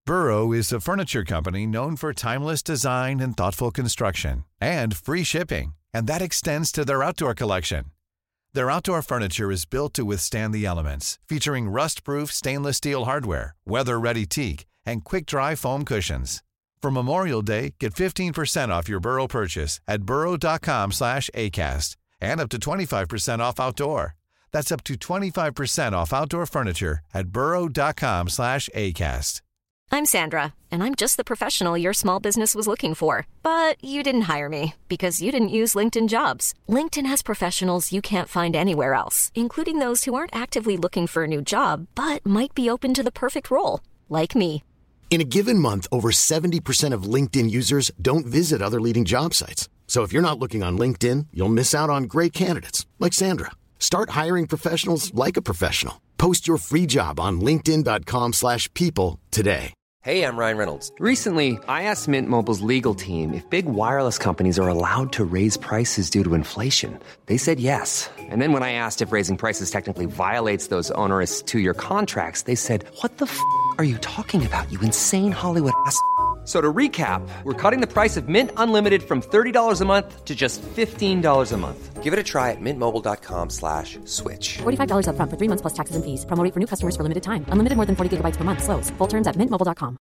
Burrow is a furniture company known for timeless design and thoughtful construction, and free shipping, and that extends to their outdoor collection. Their outdoor furniture is built to withstand the elements, featuring rust-proof stainless steel hardware, weather-ready teak, and quick-dry foam cushions. For Memorial Day, get 15% off your Burrow purchase at burrow.com/acast, and up to 25% off outdoor. That's up to 25% off outdoor furniture at burrow.com/acast. I'm Sandra, and I'm just the professional your small business was looking for. But you didn't hire me because you didn't use LinkedIn Jobs. LinkedIn has professionals you can't find anywhere else, including those who aren't actively looking for a new job, but might be open to the perfect role, like me. In a given month, over 70% of LinkedIn users don't visit other leading job sites. So if you're not looking on LinkedIn, you'll miss out on great candidates like Sandra. Start hiring professionals like a professional. Post your free job on linkedin.com/people today. Hey, I'm Ryan Reynolds. Recently, I asked Mint Mobile's legal team if big wireless companies are allowed to raise prices due to inflation. They said yes. And then when I asked if raising prices technically violates those onerous two-year contracts, they said, "What the f*** are you talking about, you insane Hollywood ass?" So to recap, we're cutting the price of Mint Unlimited from $30 a month to just $15 a month. Give it a try at mintmobile.com/switch. $45 up front for 3 months plus taxes and fees. Promo rate for new customers for limited time. Unlimited more than 40 gigabytes per month. Slows full terms at mintmobile.com.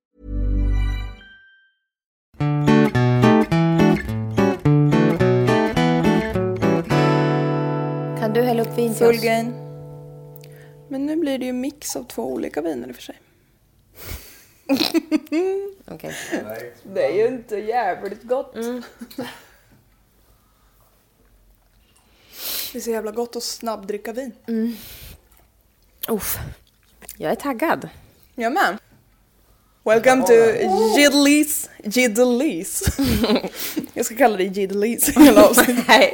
Kan du hälla upp vin till Full oss? gain. Men nu blir det ju mix av 2 olika viner i och för sig. Okej. Det är ju inte jävligt gott. Det är så jävla gott att snabbdricka vin. Uff. Jag är taggad. Jag med. Welcome to Jiddelies. Jag ska kalla det Jiddelies hela avsnittet. Hej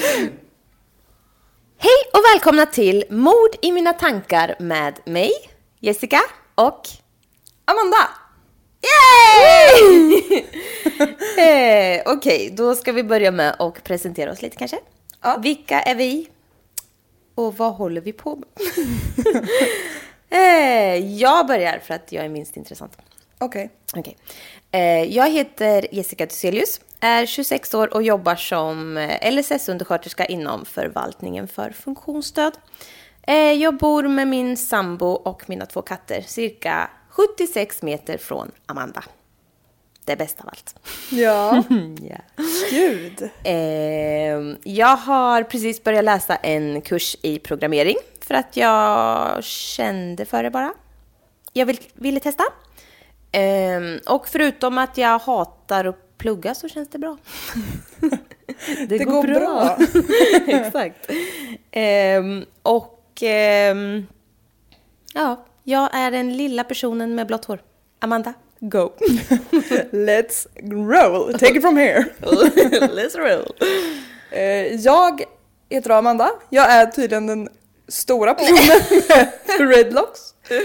och välkomna till Mord i mina tankar med mig, Jessica och Amanda. Yay! Okej, då ska vi börja med att presentera oss lite kanske. Ja. Vilka är vi? Och vad håller vi på med? Jag börjar för att jag är minst intressant. Okej. Jag heter Jessica Thyselius, är 26 år och jobbar som LSS-undersköterska inom förvaltningen för funktionsstöd. Jag bor med min sambo och mina 2 katter cirka 76 meter från Amanda. Det är bäst av allt. Ja. Ja. Gud. Jag har precis börjat läsa en kurs i programmering för att jag kände för det bara. Jag ville testa. Och förutom att jag hatar att plugga så känns det bra. det går bra. Exakt. Ja, jag är den lilla personen med blått hår. Amanda, go. Let's roll. Take it from here. Let's roll. Jag heter Amanda. Jag är tydligen den stora personen med redlocks.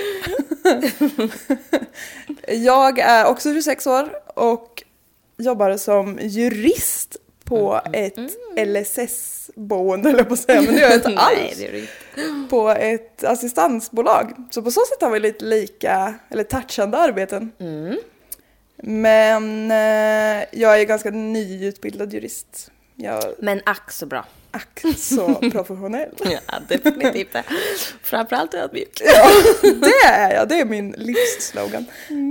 Jag är också 26 år och jobbar som jurist på ett LSS-boende, eller på att säga, men det gör jag inte alls. Nej, det är det. På ett assistansbolag. Så på så sätt har vi lite lika, eller touchande arbeten. Men jag är ganska nyutbildad jurist. Men ack så bra. Ack så professionell. Ja, definitivt. Framförallt ödmjuk. Ja, det är jag. Det är min livsslogan.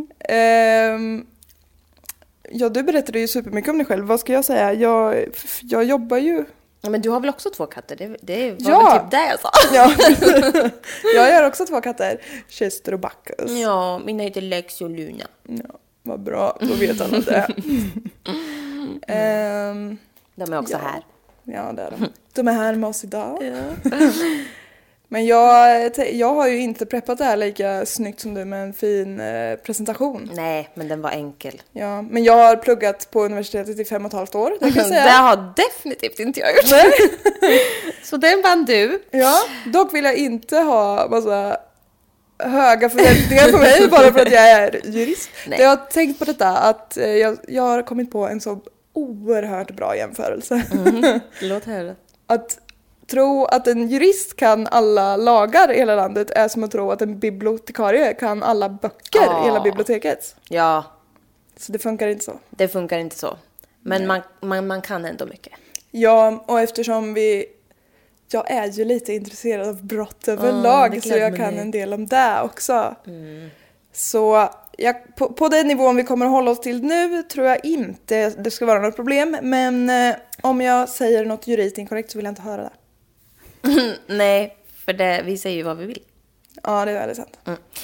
Ja, du berättade ju supermycket om dig själv. Vad ska jag säga? Jag jobbar ju... Ja, men du har väl också 2 katter? Det var Ja. väl typ det jag sa. Ja. Jag har också 2 katter. Chester och Bacchus. Ja, mina heter Lex och Luna. Ja, vad bra. Då vet alla det. De är också här. Ja, det är de. De är här med oss idag. Ja. Men jag har ju inte preppat det här lika snyggt som du med en fin presentation. Nej, men den var enkel. Ja, men jag har pluggat på universitetet i 5,5 år. Det kan jag säga. Det har definitivt inte jag gjort. Nej. Så den vann du. Ja, dock vill jag inte ha massa höga förväntningar på mig bara för att jag är jurist. Nej. Jag har tänkt på detta att jag har kommit på en så oerhört bra jämförelse. Låt höra. Att tro att en jurist kan alla lagar i hela landet är som att tro att en bibliotekarie kan alla böcker i hela biblioteket. Ja. Så det funkar inte så. Det funkar inte så. Men man kan ändå mycket. Ja, och eftersom jag är ju lite intresserad av brott överlag, så jag kan en del om det också. Så på den nivån vi kommer att hålla oss till nu tror jag inte det ska vara något problem. Men om jag säger något juridiskt inkorrekt så vill jag inte höra det. Nej, för vi säger ju vad vi vill. Ja, det är väldigt sant.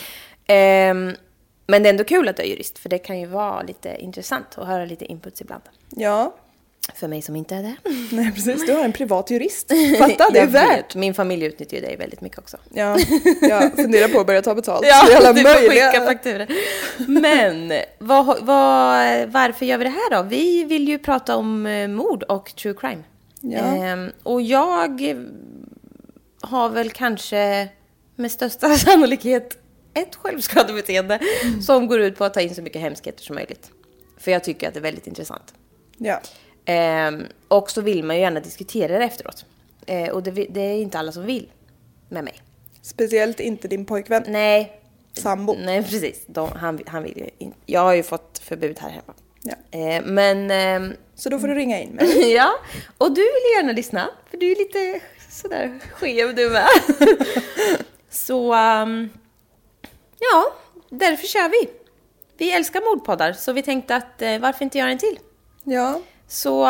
Men det är ändå kul att du är jurist, för det kan ju vara lite intressant att höra lite inputs ibland. Ja. För mig som inte är det. Nej, precis. Du har en privat jurist. Fatta, det är värt. Min familj utnyttjar dig väldigt mycket också. Ja, jag funderar på att börja ta betalt. Ja, du får skicka fakturor. Men varför gör vi det här då? Vi vill ju prata om mord och true crime. Ja. Och jag har väl kanske med största sannolikhet ett självskadebeteende som går ut på att ta in så mycket hemskheter som möjligt. För jag tycker att det är väldigt intressant. Ja. Och så vill man ju gärna diskutera det efteråt. Och det är inte alla som vill med mig. Speciellt inte din pojkvän. Nej. Sambo. Nej, precis. Han vill ju inte. Jag har ju fått förbud här hemma. Ja. Så då får du ringa in mig. Ja, och du vill gärna lyssna. För du är lite sådär skev du med. Så, ja, därför kör vi. Vi älskar mordpoddar, så vi tänkte att varför inte göra en till? Ja. Så,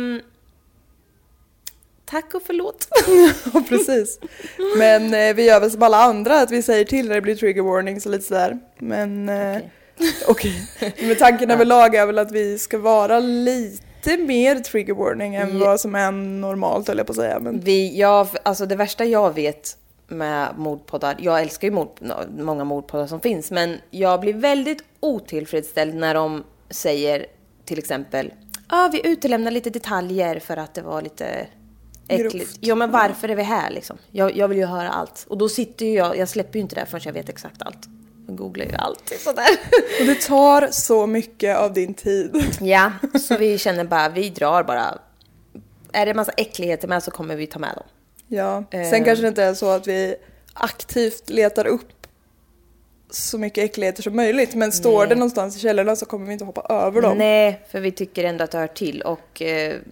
tack och förlåt. Ja, precis. Men vi gör väl som alla andra, att vi säger till när det blir trigger warnings och lite sådär. Men okej. Men tanken överlag är väl att vi ska vara lite mer trigger warning än vad som är normalt, höll jag på att säga. Men alltså det värsta jag vet med mordpoddar, jag älskar ju många mordpoddar som finns, men jag blir väldigt otillfredsställd när de säger till exempel vi utelämnar lite detaljer för att det var lite äckligt. Grovt. Ja, men varför är vi här liksom? Jag vill ju höra allt. Och då sitter ju jag släpper ju inte det förrän jag vet exakt allt. Jag googlar ju alltid sådär. Och det tar så mycket av din tid. Ja, så vi känner bara, vi drar bara. Är det en massa äckligheter med så kommer vi ta med dem. Ja, sen kanske det inte är så att vi aktivt letar upp så mycket äckligheter som möjligt. Men står det någonstans i källorna så kommer vi inte hoppa över dem. Nej, för vi tycker ändå att det hör till. Och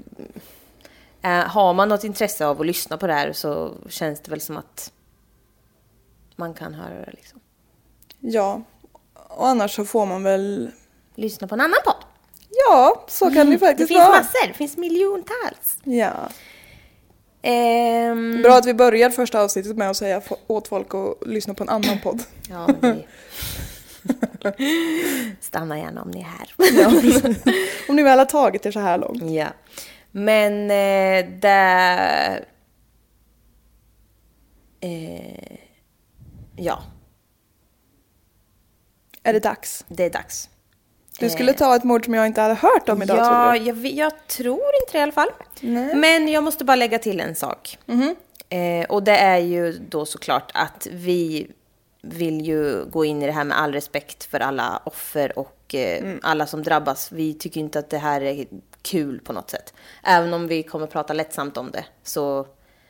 har man något intresse av att lyssna på det här så känns det väl som att man kan höra det liksom. Ja, och annars så får man väl lyssna på en annan podd. Ja, så kan det faktiskt vara. Det finns massor, det finns miljontals. Ja. Bra att vi börjar första avsnittet med att säga åt folk att lyssna på en annan podd. Ja, stanna gärna om ni är här. Ja, om ni väl har tagit er så här långt. Ja. Men ja. Är det dags? Det är dags. Du skulle ta ett mord som jag inte hade hört om idag, tror du? Jag tror inte det i alla fall. Nej. Men jag måste bara lägga till en sak. Och det är ju då såklart att vi vill ju gå in i det här med all respekt för alla offer och alla som drabbas. Vi tycker inte att det här är kul på något sätt. Även om vi kommer prata lättsamt om det, så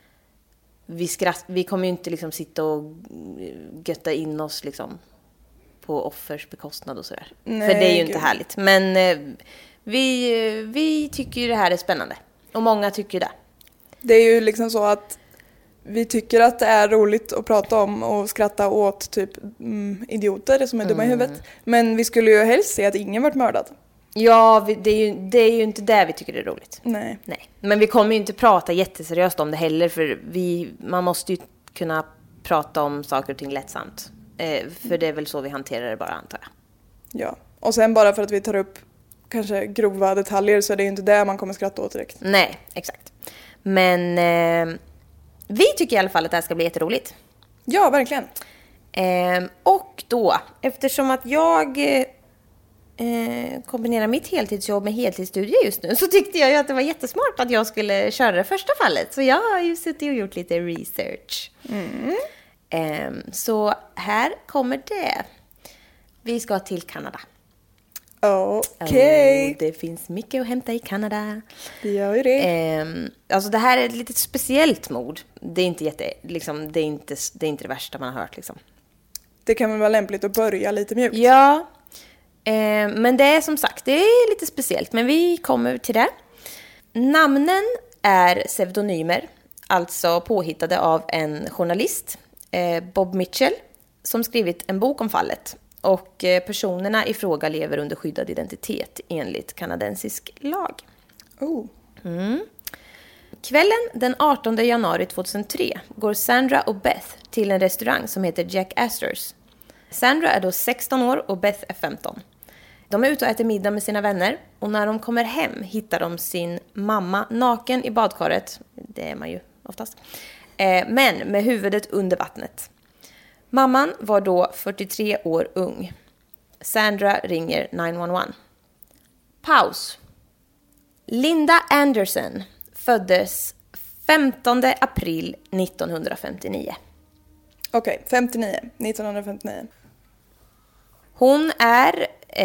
vi kommer ju inte liksom sitta och götta in oss liksom på offers bekostnad och sådär. För det är ju inte härligt. Men vi tycker ju det här är spännande. Och många tycker det. Det är ju liksom så att vi tycker att det är roligt att prata om och skratta åt typ idioter som är dumma i huvudet. Men vi skulle ju helst se att ingen varit mördad. Ja, det är ju inte det vi tycker är roligt. Nej. Men vi kommer ju inte prata jätteseriöst om det heller. För man måste ju kunna prata om saker och ting lättsamt. För det är väl så vi hanterar det bara, antar jag. Ja, och sen bara för att vi tar upp kanske grova detaljer så är det ju inte det man kommer skratta åt direkt. Nej, exakt. Men vi tycker i alla fall att det här ska bli jätteroligt. Ja, verkligen. Och då, eftersom att jag kombinerar mitt heltidsjobb med heltidsstudier just nu, så tyckte jag ju att det var jättesmart att jag skulle köra det första fallet. Så jag har ju suttit och gjort lite research. Så här kommer det. Vi ska till Kanada. Okej. Det finns mycket att hämta i Kanada. Det gör ju det. Alltså det här är ett lite speciellt mord. Det är inte det är inte det värsta man har hört liksom. Det kan väl vara lämpligt att börja lite mjukt. Ja. Men det är som sagt, det är lite speciellt. Men vi kommer till det. Namnen är pseudonymer. Alltså påhittade av en journalist, Bob Mitchell, som skrivit en bok om fallet. Och personerna i fråga lever under skyddad identitet enligt kanadensisk lag. Kvällen den 18 januari 2003 går Sandra och Beth till en restaurang som heter Jack Astor's. Sandra är då 16 år och Beth är 15. De är ute och äter middag med sina vänner och när de kommer hem hittar de sin mamma naken i badkaret. Det är man ju oftast. Men med huvudet under vattnet. Mamman var då 43 år ung. Sandra ringer 911. Paus. Linda Anderson föddes 15 april 1959. Okej, 1959. Hon är,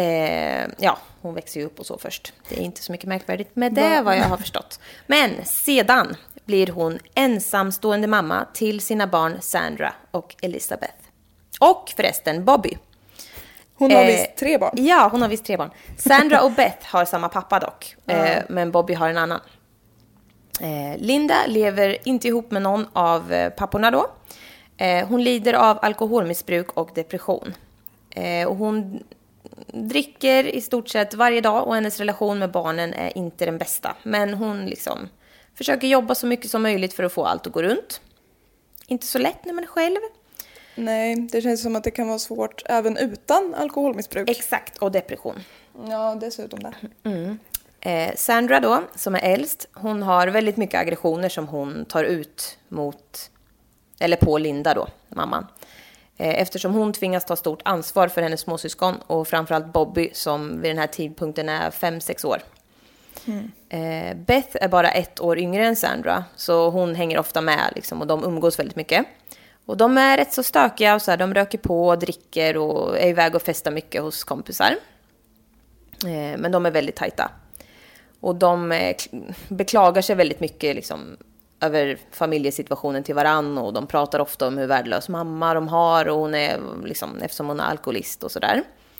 hon växer ju upp och så först. Det är inte så mycket märkvärdigt med det vad jag har förstått. Men sedan blir hon ensamstående mamma till sina barn Sandra och Elizabeth. Och förresten Bobby. Hon har visst 3 barn. Ja, hon har visst 3 barn. Sandra och Beth har samma pappa dock. Men Bobby har en annan. Linda lever inte ihop med någon av papporna då. Hon lider av alkoholmissbruk och depression. Och hon dricker i stort sett varje dag och hennes relation med barnen är inte den bästa. Men hon liksom försöker jobba så mycket som möjligt för att få allt att gå runt. Inte så lätt när man är själv. Nej, det känns som att det kan vara svårt även utan alkoholmissbruk. Exakt, och depression. Ja, dessutom det. Sandra då, som är äldst, hon har väldigt mycket aggressioner som hon tar ut på Linda då, mamman. Eftersom hon tvingas ta stort ansvar för hennes småsyskon och framförallt Bobby som vid den här tidpunkten är 5-6 år. Beth är bara 1 år yngre än Sandra så hon hänger ofta med liksom, och de umgås väldigt mycket. Och de är rätt så stökiga och så här, de röker på och dricker och är iväg och festar mycket hos kompisar. Men de är väldigt tajta. Och de beklagar sig väldigt mycket liksom, över familjesituationen till varann och de pratar ofta om hur värdelös mamma de har och hon är liksom, eftersom hon är alkoholist och sådär.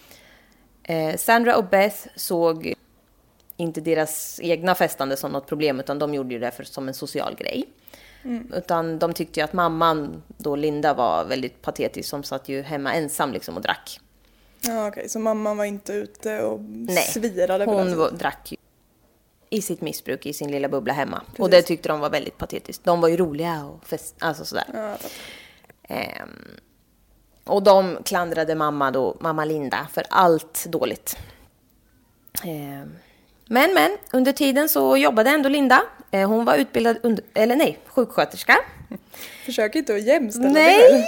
Sandra och Beth såg inte deras egna festande som något problem utan de gjorde ju det som en social grej. Utan de tyckte ju att mamman då Linda var väldigt patetisk som satt ju hemma ensam liksom och drack. Ja, okej. Så mamman var inte ute och svirade? Nej, hon drack ju i sitt missbruk i sin lilla bubbla hemma. Precis. Och det tyckte de var väldigt patetiskt. De var ju roliga och alltså sådär. Ja, och de klandrade mamma Linda för allt dåligt. Men under tiden så jobbade ändå Linda. Hon var utbildad sjuksköterska. Försök inte att jämställa Nej!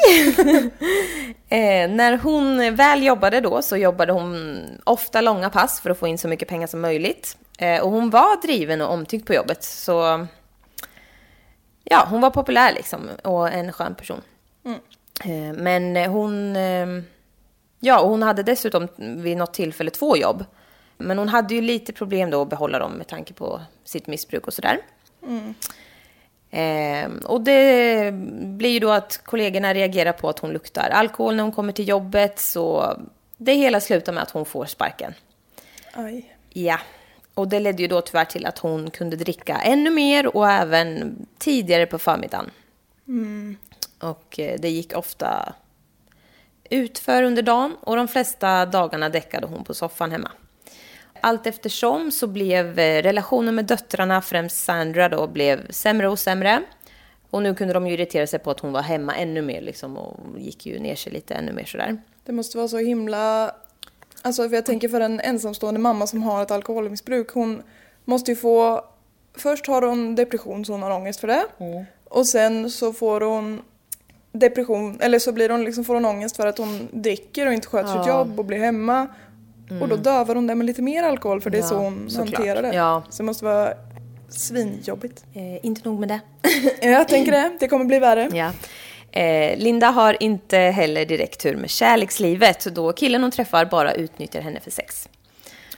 När hon väl jobbade då så jobbade hon ofta långa pass för att få in så mycket pengar som möjligt. Och hon var driven och omtyckt på jobbet. Så ja, hon var populär liksom och en skön person. Men hon hade dessutom vid något tillfälle 2 jobb. Men hon hade ju lite problem då att behålla dem med tanke på sitt missbruk och sådär. Och det blir ju då att kollegorna reagerar på att hon luktar alkohol när hon kommer till jobbet. Så det hela slutar med att hon får sparken. Aj. Ja, och det ledde ju då tyvärr till att hon kunde dricka ännu mer och även tidigare på förmiddagen. Och det gick ofta utför under dagen och de flesta dagarna däckade hon på soffan hemma. Allt eftersom så blev relationen med döttrarna, främst Sandra då, blev sämre och sämre. Och nu kunde de ju irritera sig på att hon var hemma ännu mer liksom, och gick ju ner sig lite ännu mer sådär. Det måste vara så himla... Alltså för jag tänker för en ensamstående mamma som har ett alkoholmissbruk, hon måste ju få... Först har hon depression så hon har ångest för det. Och sen så får hon depression, eller så blir hon liksom, får hon ångest för att hon dricker och inte sköter sitt jobb och blir hemma. Och då dövar hon det med lite mer alkohol för det är så hon hanterar det. Ja. Så det måste vara svinjobbigt. Inte nog med det. Jag tänker det. Det kommer bli värre. Ja. Linda har inte heller direkt tur med kärlekslivet då killen hon träffar bara utnyttjar henne för sex.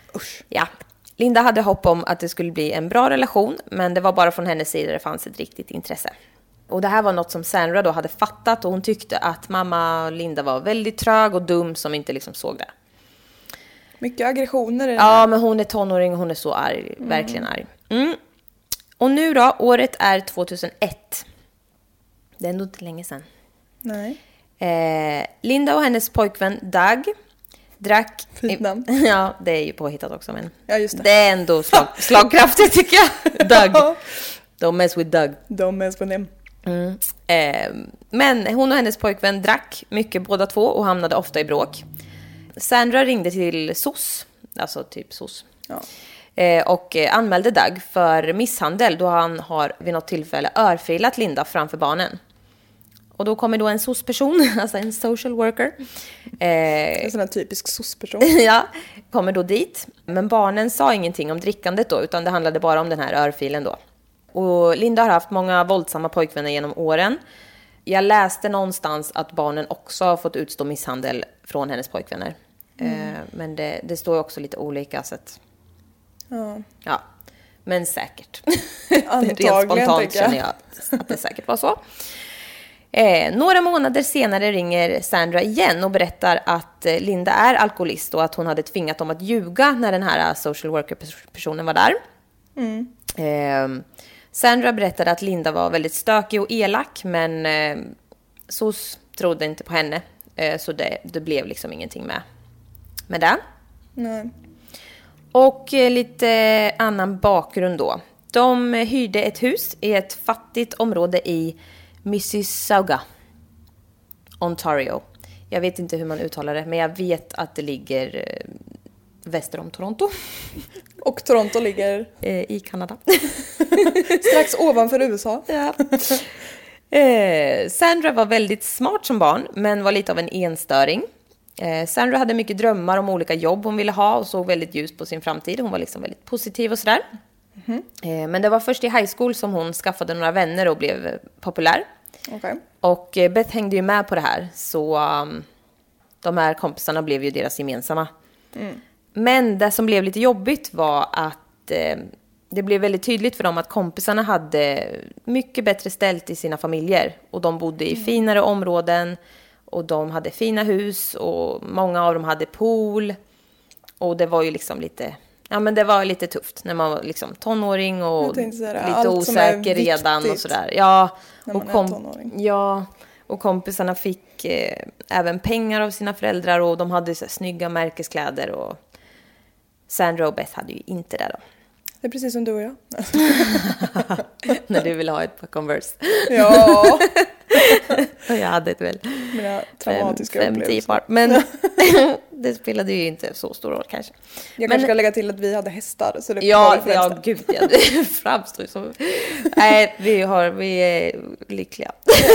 Usch. Ja. Linda hade hopp om att det skulle bli en bra relation, men det var bara från hennes sida det fanns ett riktigt intresse. Och det här var något som Sandra då hade fattat, och hon tyckte att mamma Linda var väldigt trög och dum som inte liksom såg det. Mycket aggressioner i det Ja, här. men hon är tonåring och hon är så arg, verkligen arg. Och nu då, året är 2001. Det är ändå inte länge sedan. Nej. Linda och hennes pojkvän Doug drack... Fint namn. Ja, det är ju påhittat också, men Ja, just det. det är ändå slagkraftigt tycker jag. Doug. Don't mess with Doug. Don't mess with him. Men hon och hennes pojkvän drack mycket båda två och hamnade ofta i bråk. Sandra ringde till SOS, alltså typ SOS. Ja. Och anmälde Doug för misshandel då han har vid något tillfälle örfilat Linda framför barnen. Och då kommer då en SOS-person, alltså en social worker. En sån här typisk SOS-person. Ja, kommer då dit. Men barnen sa ingenting om drickandet då, utan det handlade bara om den här örfilen då. Och Linda har haft många våldsamma pojkvänner genom åren. Jag läste någonstans att barnen också har fått utstå misshandel från hennes pojkvänner. Men det står också lite olika, så att... Ja, men säkert. Antagligen, Rent spontant tänker jag. känner jag att det säkert var så. Några månader senare ringer Sandra igen och berättar att Linda är alkoholist och att hon hade tvingat dem att ljuga när den här social worker-personen var där. Sandra berättade att Linda var väldigt stökig och elak, men SOS trodde inte på henne, så det blev liksom ingenting med det. Nej. Och lite annan bakgrund då. De hyrde ett hus i ett fattigt område i Mississauga, Ontario. Jag vet inte hur man uttalar det, men jag vet att det ligger väster om Toronto. Och Toronto ligger i Kanada. strax ovanför USA. Ja. Sandra var väldigt smart som barn, men var lite av en enstöring. Sandra hade mycket drömmar om olika jobb hon ville ha och såg väldigt ljust på sin framtid. Hon var liksom väldigt positiv och sådär. Men det var först i high school som hon skaffade några vänner och blev populär. Okay. Och Beth hängde ju med på det här, så de här kompisarna blev ju deras gemensamma. Men det som blev lite jobbigt var att det blev väldigt tydligt för dem att kompisarna hade mycket bättre ställt i sina familjer. Och de bodde i finare områden och de hade fina hus och många av dem hade pool. Och det var ju liksom lite... Ja, men det var lite tufft när man var liksom tonåring och lite osäker redan och sådär. Ja, och kompisarna fick även pengar av sina föräldrar och de hade så här snygga märkeskläder, och Sandra och Beth hade ju inte det då. Det är precis som du och jag. När du ville ha ett par Converse. Ja. Och jag hade ett väl. Mina traumatiska upplevelser. Men det spelade ju inte så stor roll kanske. Jag kanske ska lägga till att vi hade hästar. Så det gud, det framstår som... Nej, vi är lyckliga.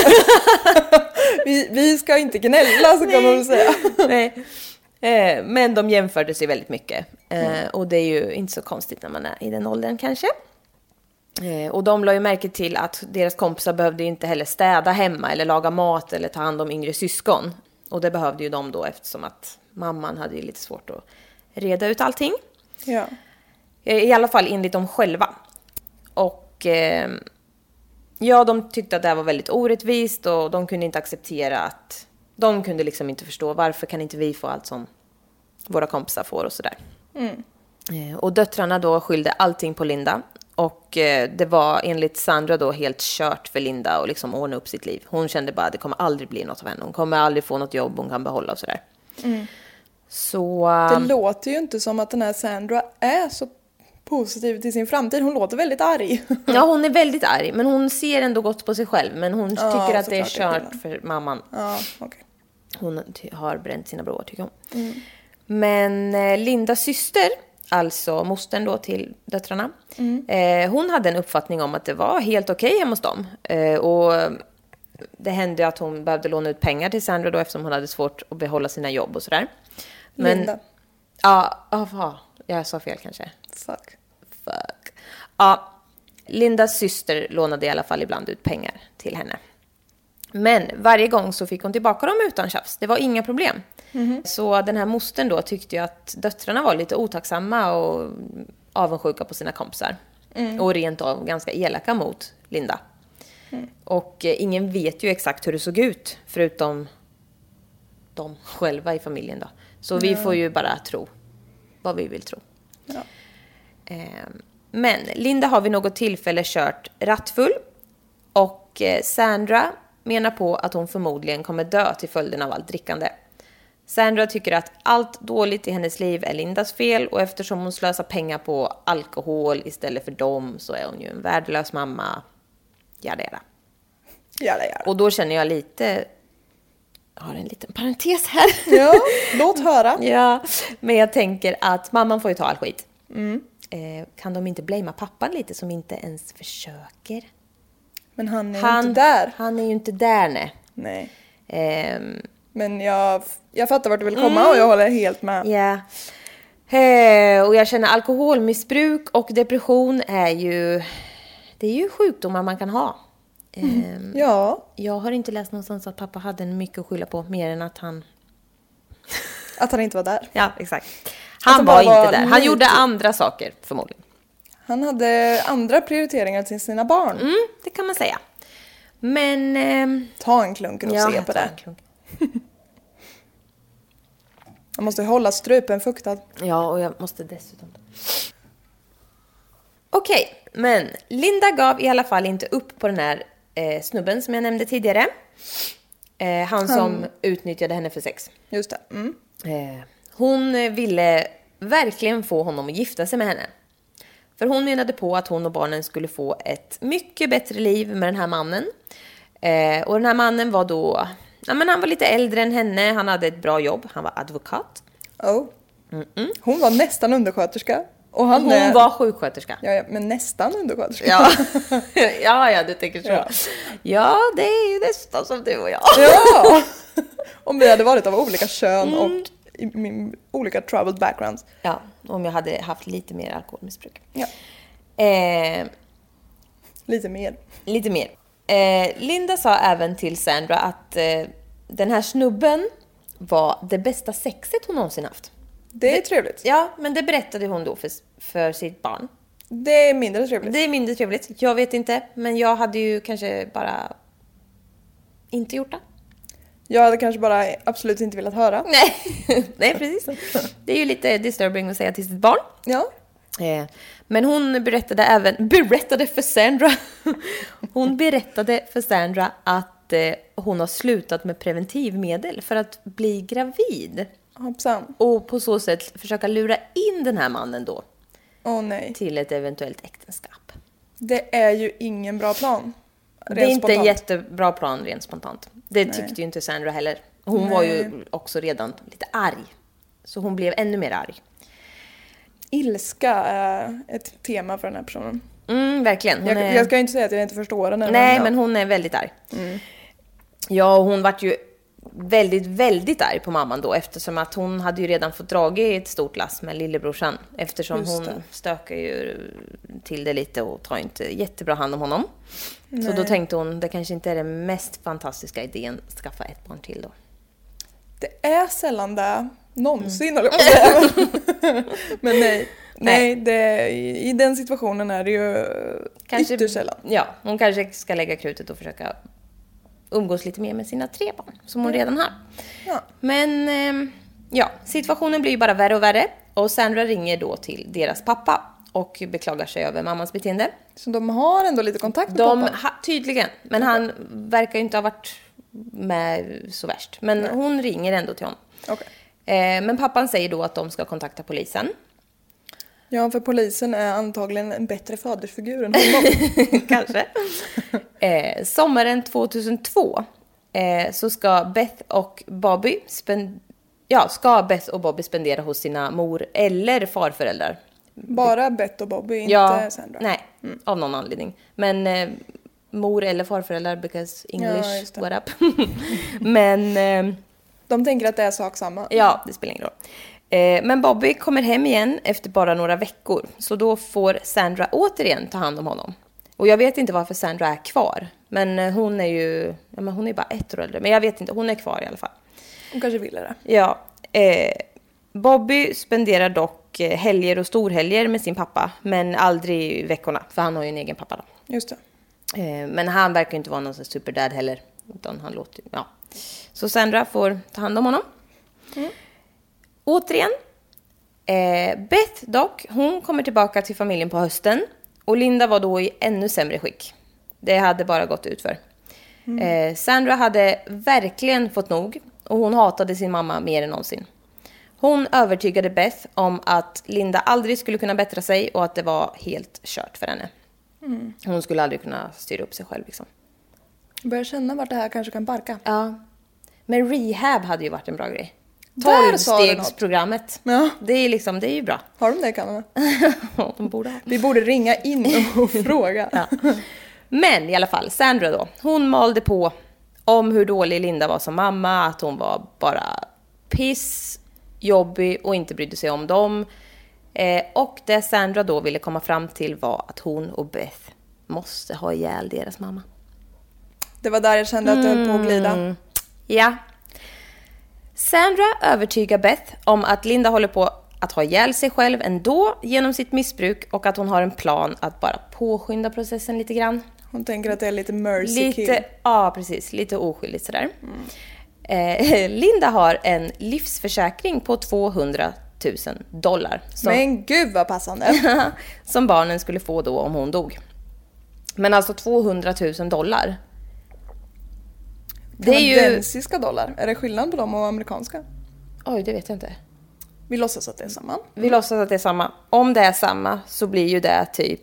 vi ska inte gnälla, så kan man väl säga. Nej. Men de jämförde sig väldigt mycket. Och det är ju inte så konstigt när man är i den åldern kanske. Och de la ju märke till att deras kompisar behövde inte heller städa hemma eller laga mat eller ta hand om yngre syskon. Och det behövde ju de då, eftersom att mamman hade ju lite svårt att reda ut allting. Ja. I alla fall enligt dem själva. Och ja, de tyckte att det här var väldigt orättvist och de kunde inte acceptera att... De kunde liksom inte förstå varför kan inte vi få allt som våra kompisar får och sådär. Och döttrarna då skyllde allting på Linda. Och det var enligt Sandra då helt kört för Linda och liksom ordna upp sitt liv. Hon kände bara att det kommer aldrig bli något av henne. Hon kommer aldrig få något jobb hon kan behålla och sådär. Så... Det låter ju inte som att den här Sandra är så positiv till sin framtid. Hon låter väldigt arg. Ja, hon är väldigt arg. Men hon ser ändå gott på sig själv. Men hon tycker att det är kört för mamman. Ja, okay. Hon har bränt sina broar, tycker hon. Men Lindas syster, alltså mostern då till döttrarna, hon hade en uppfattning om att det var helt okej hemma hos dem. Och det hände att hon behövde låna ut pengar till Sandra då, eftersom hon hade svårt att behålla sina jobb och sådär. Men, Linda. Ja, jag sa fel kanske. Fuck. Ja, Lindas syster lånade i alla fall ibland ut pengar till henne. Men varje gång så fick hon tillbaka dem utan tjafs. Det var inga problem. Så den här mostern då tyckte ju att döttrarna var lite otacksamma och avundsjuka på sina kompisar. Och rent av ganska elaka mot Linda. Och ingen vet ju exakt hur det såg ut förutom de själva i familjen då. Så vi får ju bara tro vad vi vill tro. Ja. Men Linda har vid något tillfälle kört rattfull. Och Sandra menar på att hon förmodligen kommer dö till följden av allt drickande. Sandra tycker att allt dåligt i hennes liv är Lindas fel. Och eftersom hon slösar pengar på alkohol istället för dem så är hon ju en värdelös mamma. Jada. Och då känner jag lite... Jag har en liten parentes här. Ja, låt höra. Ja, men jag tänker att mamman får ju ta all skit. Kan de inte blamea pappan lite som inte ens försöker? Men han är ju inte där. Han är ju inte där, nej. Men jag fattar vart du vill komma och jag håller helt med. Ja. Och jag känner alkoholmissbruk och depression är ju sjukdomar man kan ha. Ja. Jag har inte läst någonstans att pappa hade mycket att skylla på mer än att han... Att han inte var där. Ja, exakt. Han var inte där. Han gjorde andra saker förmodligen. Han hade andra prioriteringar till sina barn. Det kan man säga. Men... Ta en klunk och se på det. Jag måste hålla strupen fuktad. Ja, och jag måste dessutom... Okej, men Linda gav i alla fall inte upp på den här snubben som jag nämnde tidigare. Han som utnyttjade henne för sex. Just det. Hon ville verkligen få honom att gifta sig med henne. För hon menade på att hon och barnen skulle få ett mycket bättre liv med den här mannen. Och den här mannen var då... Ja, men han var lite äldre än henne. Han hade ett bra jobb. Han var advokat. Hon var nästan undersköterska. Och hon var sjuksköterska. Ja, men nästan undersköterska. Ja, du tänker så. Ja, det är ju nästan som du och jag. Ja, om vi hade varit av olika kön och i olika troubled backgrounds. Ja, om jag hade haft lite mer alkoholmissbruk. Ja. Lite mer. Linda sa även till Sandra att den här snubben var det bästa sexet hon någonsin haft. Det är trevligt. Ja, men det berättade hon då för sitt barn. Det är mindre trevligt. Jag vet inte, men jag hade ju kanske bara inte gjort det. Jag hade kanske bara absolut inte velat höra. Nej, precis. Det är ju lite disturbing att säga till sitt barn. Ja. Men hon berättade för Sandra. Hon berättade för Sandra att hon har slutat med preventivmedel för att bli gravid. Hoppsan. Och på så sätt försöka lura in den här mannen då. Nej. Till ett eventuellt äktenskap. Det är ju ingen bra plan. Det är inte en jättebra plan rent spontant. Det tyckte ju inte Sandra heller. Hon var ju också redan lite arg. Så hon blev ännu mer arg. Ilska är ett tema för den här personen. Verkligen. Jag ska ju inte säga att jag inte förstår henne. Nej, men hon är väldigt arg. Ja, och hon var ju väldigt, väldigt arg på mamman då. Eftersom att hon hade ju redan fått dragit ett stort lass med lillebrorsan. Eftersom hon stökar ju till det lite och tar inte jättebra hand om honom. Nej. Så då tänkte hon, det kanske inte är den mest fantastiska idén att skaffa ett barn till då. Det är sällan det någonsin. Men nej. I den situationen är det ju kanske ytterst sällan. Ja, hon kanske ska lägga krutet och försöka umgås lite mer med sina 3 barn som hon redan har. Ja. Men situationen blir ju bara värre och värre. Och Sandra ringer då till deras pappa och beklagar sig över mammans beteende. Så de har ändå lite kontakt med pappa? Tydligen, men han verkar ju inte ha varit med så värst. Men hon ringer ändå till honom. Okay. Men pappan säger då att de ska kontakta polisen. Ja, för polisen är antagligen en bättre fadersfigur än honom. Kanske. Sommaren 2002 så ska Beth och Bobby spendera hos sina mor- eller farföräldrar. Bara Beth och Bobby, inte Sandra? Nej, av någon anledning. Men mor- eller farföräldrar, because English, what up? Men... de tänker att det är sak samma. Ja, det spelar ingen roll. Men Bobby kommer hem igen efter bara några veckor. Så då får Sandra återigen ta hand om honom. Och jag vet inte varför Sandra är kvar. Men hon är ju... Ja, men hon är bara 1 år äldre. Men jag vet inte, hon är kvar i alla fall. Hon kanske ville det. Ja. Bobby spenderar dock helger och storhelger med sin pappa. Men aldrig veckorna. För han har ju en egen pappa då. Just det. Men han verkar inte vara någon superdad heller. Utan han låter, ja. Så Sandra får ta hand om honom. Återigen. Beth dock, hon kommer tillbaka till familjen på hösten. Och Linda var då i ännu sämre skick. Det hade bara gått ut för. Sandra hade verkligen fått nog. Och hon hatade sin mamma mer än någonsin. Hon övertygade Beth om att Linda aldrig skulle kunna bättra sig. Och att det var helt kört för henne. Hon skulle aldrig kunna styra upp sig själv liksom. Börjar känna vart det här kanske kan barka. Ja. Men rehab hade ju varit en bra grej. Där sa du något. 12-stegsprogrammet. Ja. Det är liksom, det är ju bra. Har de det i Kanada? De borde ha. Vi borde ringa in och fråga. Ja. Men i alla fall, Sandra då. Hon malde på om hur dålig Linda var som mamma. Att hon var bara piss, jobbig och inte brydde sig om dem. Och det Sandra då ville komma fram till var att hon och Beth måste ha ihjäl deras mamma. Det var där jag kände att det höll på att glida. Ja. Sandra övertygar Beth om att Linda håller på att ha ihjäl sig själv ändå genom sitt missbruk och att hon har en plan att bara påskynda processen lite grann. Hon tänker att det är lite mercy kill. Ja, precis. Lite oskyldigt sådär. Linda har en livsförsäkring på $200,000. Men gud vad passande. Som barnen skulle få då om hon dog. Men alltså $200,000. Det är ju kanadensiska dollar. Är det skillnad på dem och amerikanska? Oj, det vet jag inte. Vi låtsas att det är samma. Vi låtsas att det är samma. Om det är samma så blir ju det typ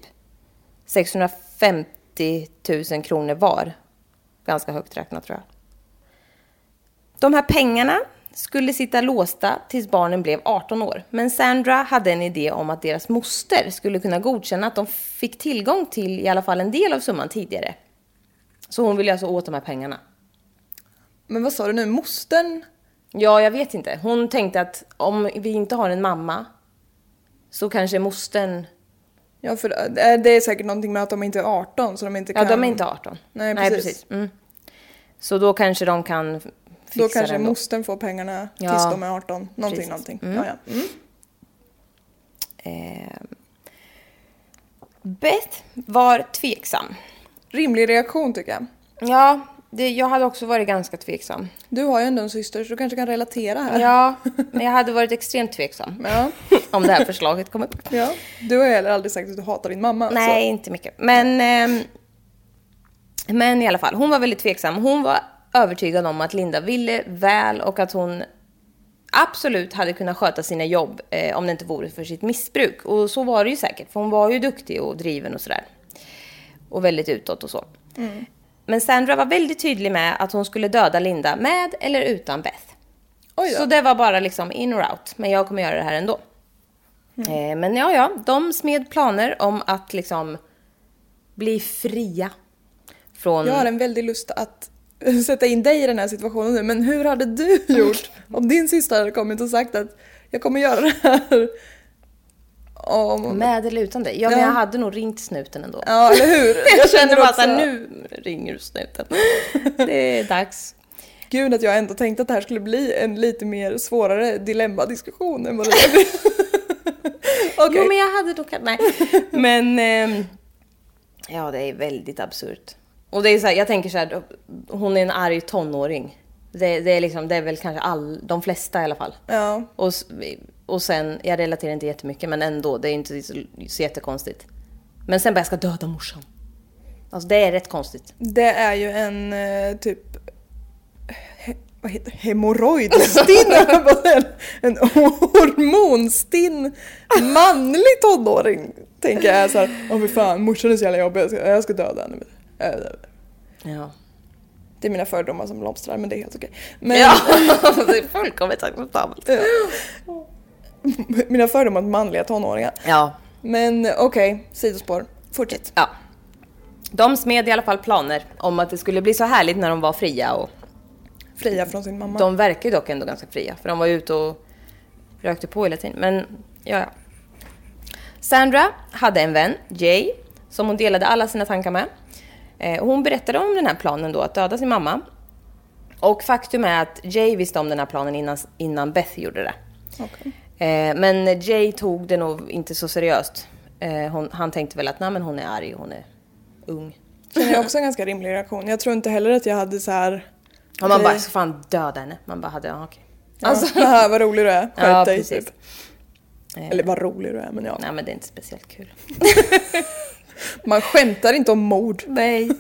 650 000 kronor var. Ganska högt räknat tror jag. De här pengarna skulle sitta låsta tills barnen blev 18 år. Men Sandra hade en idé om att deras moster skulle kunna godkänna att de fick tillgång till i alla fall en del av summan tidigare. Så hon ville alltså åt de här pengarna. Men vad sa du nu? Mostern? Ja, jag vet inte. Hon tänkte att om vi inte har en mamma så kanske mostern... Ja, för det är säkert någonting med att de inte är 18 så de inte kan... Ja, de är inte 18. Nej, precis. Så då kanske de kan fixa då kanske den mostern får pengarna tills de är 18. Någonting. Beth var tveksam. Rimlig reaktion tycker jag. Ja, jag hade också varit ganska tveksam. Du har ju ändå en syster så du kanske kan relatera här. Ja, men jag hade varit extremt tveksam. Ja. Om det här förslaget kom upp. Ja, du har heller aldrig sagt att du hatar din mamma. Nej, så. Inte mycket. Men i alla fall, hon var väldigt tveksam. Hon var övertygad om att Linda ville väl och att hon absolut hade kunnat sköta sina jobb om det inte vore för sitt missbruk. Och så var det ju säkert, för hon var ju duktig och driven och sådär. Och väldigt utåt och så. Men Sandra var väldigt tydlig med att hon skulle döda Linda med eller utan Beth. Så det var bara liksom in or out. Men jag kommer göra det här ändå. Men ja, de smed planer om att liksom bli fria från... Jag har en väldig lust att sätta in dig i den här situationen nu. Men hur hade du gjort om din syster hade kommit och sagt att jag kommer göra det här? Med eller utan dig? Ja, men jag hade nog ringt snuten ändå. Ja, eller hur? Jag kände bara att nu ringer du snuten. Det är dags. Gud att jag ändå tänkte att det här skulle bli en lite mer svårare dilemma-diskussion än vad det är. Okay. Jo, men jag hade då... Nej. Men... ja, det är väldigt absurt. Och det är så här, jag tänker så här, hon är en arg tonåring. Det är väl kanske de flesta i alla fall. Ja. Och sen, jag relaterar inte jättemycket, men ändå, det är inte så jättekonstigt. Men sen bara jag ska döda morsan. Alltså det är rätt konstigt. Det är ju en typ... vad heter hemorrojdstinn? En hormonstinn manlig tonåring. Tänker jag så här, åh för fan, morsan är så jävla jobbig, jag ska döda henne. Ja. Det är mina fördomar som blomstrar, men det är helt okej. Men... Ja, det är fullkomligt acceptabelt. Ja. Mina fördomar om manliga tonåringar. Ja. Men okej, sidospår. Fortsätt. Ja. De smed i alla fall planer om att det skulle bli så härligt när de var fria. Och fria från sin mamma. De verkar ju dock ändå ganska fria, för de var ute och rökte på hela tiden. Men ja. Sandra hade en vän, Jay, som hon delade alla sina tankar med. Hon berättade om den här planen då, att döda sin mamma. Och faktum är att Jay visste om den här planen innan Beth gjorde det. Okay. Men Jay tog det nog inte så seriöst. Han tänkte väl att nej, men hon är arg, hon är ung. Det är också en ganska rimlig reaktion. Jag tror inte heller att jag hade så här... Och man bara, så fan döda henne. Man bara hade, okej. Alltså, vad rolig du är. Ja, dig, precis. Typ. Eller vad rolig du är, men ja. Nej, men det är inte speciellt kul. Man skämtar inte om mord. Nej.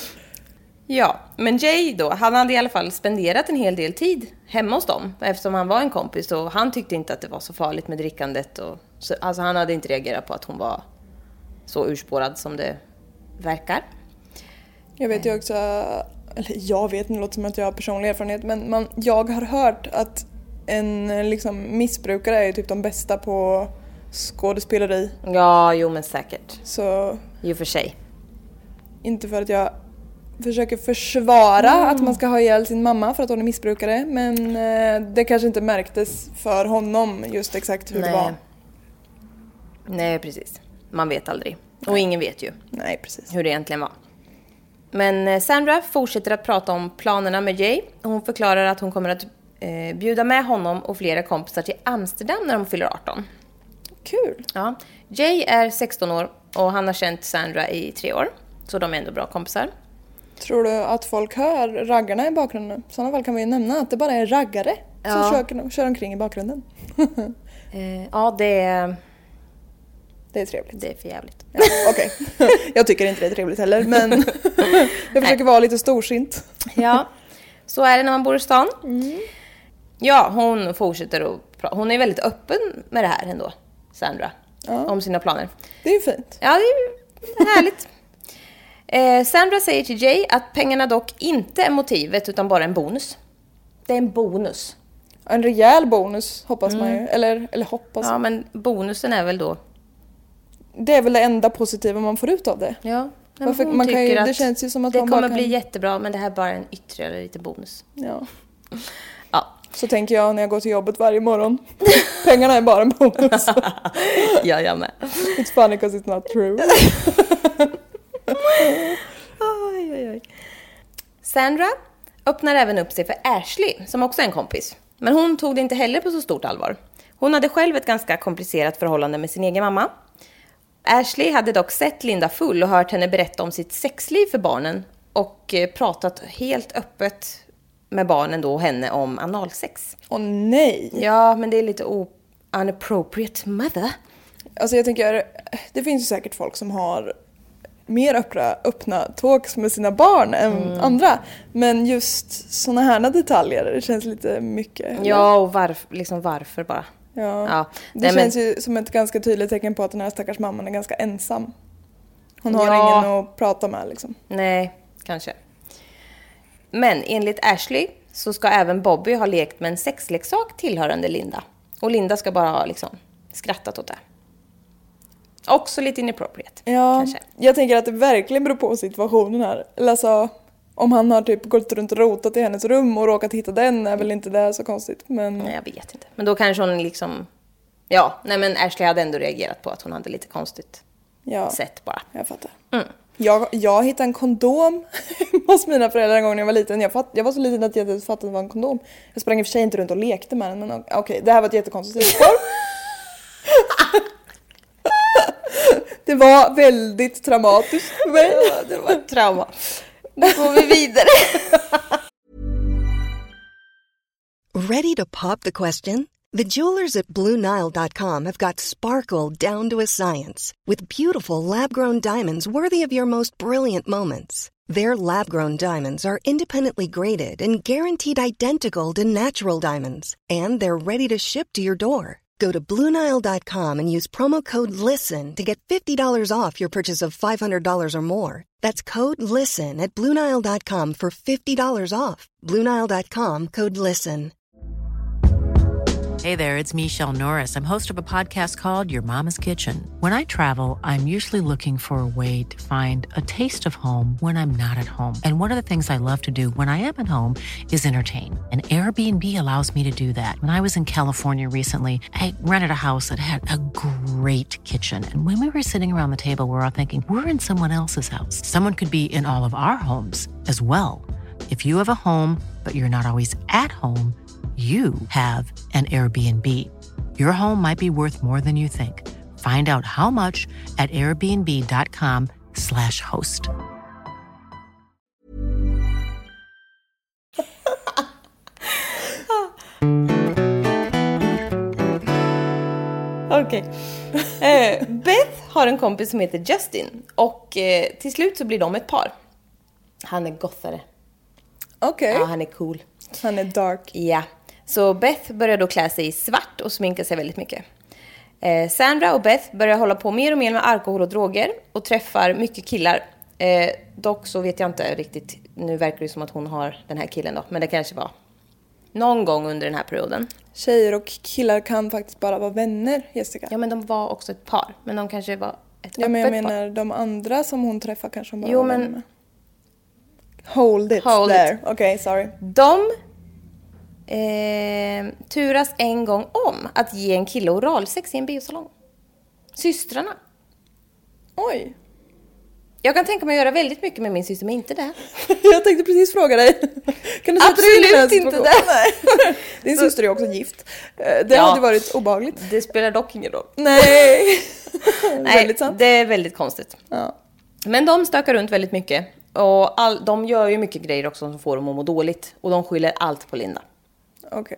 Ja, men Jay då, han hade i alla fall spenderat en hel del tid hemma hos dem. Eftersom han var en kompis och han tyckte inte att det var så farligt med drickandet. Alltså han hade inte reagerat på att hon var så urspårad som det verkar. Jag vet ju också, eller jag vet, det låter som att jag har personlig erfarenhet, men jag har hört att en liksom missbrukare är typ de bästa på skådespeleri. Ja, jo men säkert. Så... Jo för sig. Inte för att jag försöker försvara att man ska ha ihjäl sin mamma för att hon är missbrukare, men det kanske inte märktes för honom just exakt hur det var. Nej, precis. Man vet aldrig. Och ingen vet ju. Nej, precis. Hur det egentligen var. Men Sandra fortsätter att prata om planerna med Jay. Hon förklarar att hon kommer att bjuda med honom och flera kompisar till Amsterdam när de fyller 18. Kul! Ja. Jay är 16 år och han har känt Sandra i 3 år. Så de är ändå bra kompisar. Tror du att folk hör raggarna i bakgrunden? I sådana fall kan vi ju nämna att det bara är raggare som kör omkring i bakgrunden. Ja, det är trevligt. Det är för jävligt. Ja, okej. Jag tycker inte det är trevligt heller, men jag försöker vara lite storsint. Ja, så är det när man bor i stan. Mm. Ja, hon fortsätter att prata. Hon är väldigt öppen med det här ändå, Sandra. Ja. Om sina planer. Det är ju fint. Ja, det är härligt. Sandra säger till Jay att pengarna dock inte är motivet utan bara en bonus. Det är en bonus. En rejäl bonus hoppas man ju. Eller hoppas. Ja, men bonusen är väl då... Det är väl det enda positiva man får ut av det. Ja. Varför, man kan ju, det känns ju som att det man kommer bara kan... bli jättebra, men det här är bara en ytterligare lite bonus. Ja. Ja. Så tänker jag när jag går till jobbet varje morgon. Pengarna är bara en bonus. Ja, jag med. It's funny because it's not true. Oj. Sandra öppnar även upp sig för Ashley, som också är en kompis. Men hon tog det inte heller på så stort allvar. Hon hade själv ett ganska komplicerat förhållande med sin egen mamma. Ashley hade dock sett Linda full och hört henne berätta om sitt sexliv för barnen och pratat helt öppet med barnen då och henne om analsex. Åh nej! Ja, men det är lite unappropriate mother. Alltså jag tänker, det finns ju säkert folk som har mer öppna talks med sina barn än andra. Men just såna här detaljer, det känns lite mycket. Eller? Ja, och varför bara? Ja. Det känns ju som ett ganska tydligt tecken på att den här stackars mamman är ganska ensam. Hon har ingen att prata med liksom. Nej, kanske. Men enligt Ashley så ska även Bobby ha lekt med en sexleksak tillhörande Linda. Och Linda ska bara ha liksom skrattat åt det. Också lite inappropriate, kanske. Jag tänker att det verkligen beror på situationen här. Eller alltså, om han har typ gått runt och rotat i hennes rum och råkat hitta den är väl inte det så konstigt. Men... Nej, jag vet inte. Men då kanske hon liksom... Ja, nej men Ashley hade ändå reagerat på att hon hade lite konstigt sätt bara. Jag fattar. Jag hittade en kondom hos mina föräldrar en gång när jag var liten. Jag var så liten att jag inte fattade att det var en kondom. Jag sprang i och för sig inte runt och lekte med den. Men okej, det här var ett jättekonstigt spår. Det var väldigt traumatiskt för mig. Ja, det var ett trauma. Nu går vi vidare. Ready to pop the question? The jewelers at BlueNile.com have got sparkle down to a science with beautiful lab-grown diamonds worthy of your most brilliant moments. Their lab-grown diamonds are independently graded and guaranteed identical to natural diamonds. And they're ready to ship to your door. Go to BlueNile.com and use promo code LISTEN to get $50 off your purchase of $500 or more. That's code LISTEN at BlueNile.com for $50 off. BlueNile.com, code LISTEN. Hey there, it's Michelle Norris. I'm host of a podcast called Your Mama's Kitchen. When I travel, I'm usually looking for a way to find a taste of home when I'm not at home. And one of the things I love to do when I am at home is entertain. And Airbnb allows me to do that. When I was in California recently, I rented a house that had a great kitchen. And when we were sitting around the table, we were all thinking, we're in someone else's house. Someone could be in all of our homes as well. If you have a home, but you're not always at home, you have an Airbnb. Your home might be worth more than you think. Find out how much at airbnb.com/host. Okej. Beth har en kompis som heter Justin. Och till slut så blir de ett par. Han är gothare. Okej. Ja, han är cool. Han är dark. Ja. Så Beth börjar då klä sig i svart och sminka sig väldigt mycket. Sandra och Beth börjar hålla på mer och mer med alkohol och droger. Och träffar mycket killar. Dock så vet jag inte riktigt. Nu verkar det som att hon har den här killen då. Men det kanske var någon gång under den här perioden. Tjejer och killar kan faktiskt bara vara vänner, Jessica. Ja, men de var också ett par. Men de kanske var ett öppet par. Ja, men jag menar de andra som hon träffar kanske hon bara var vänner med. Hold it there. Okej, sorry. De turas en gång om att ge en kille oralsex i en biosalong. Systrarna. Oj. Jag kan tänka mig att göra väldigt mycket med min syster, men inte det. Jag tänkte precis fråga dig. Kan du sätta absolut dig inte det. Nej. Din syster är också gift. Det hade varit obehagligt. Det spelar dock ingen roll. Nej. Nej, det är väldigt konstigt. Ja. Men de stökar runt väldigt mycket. Och de gör ju mycket grejer också som får dem att må dåligt. Och de skyller allt på Linda. Okej.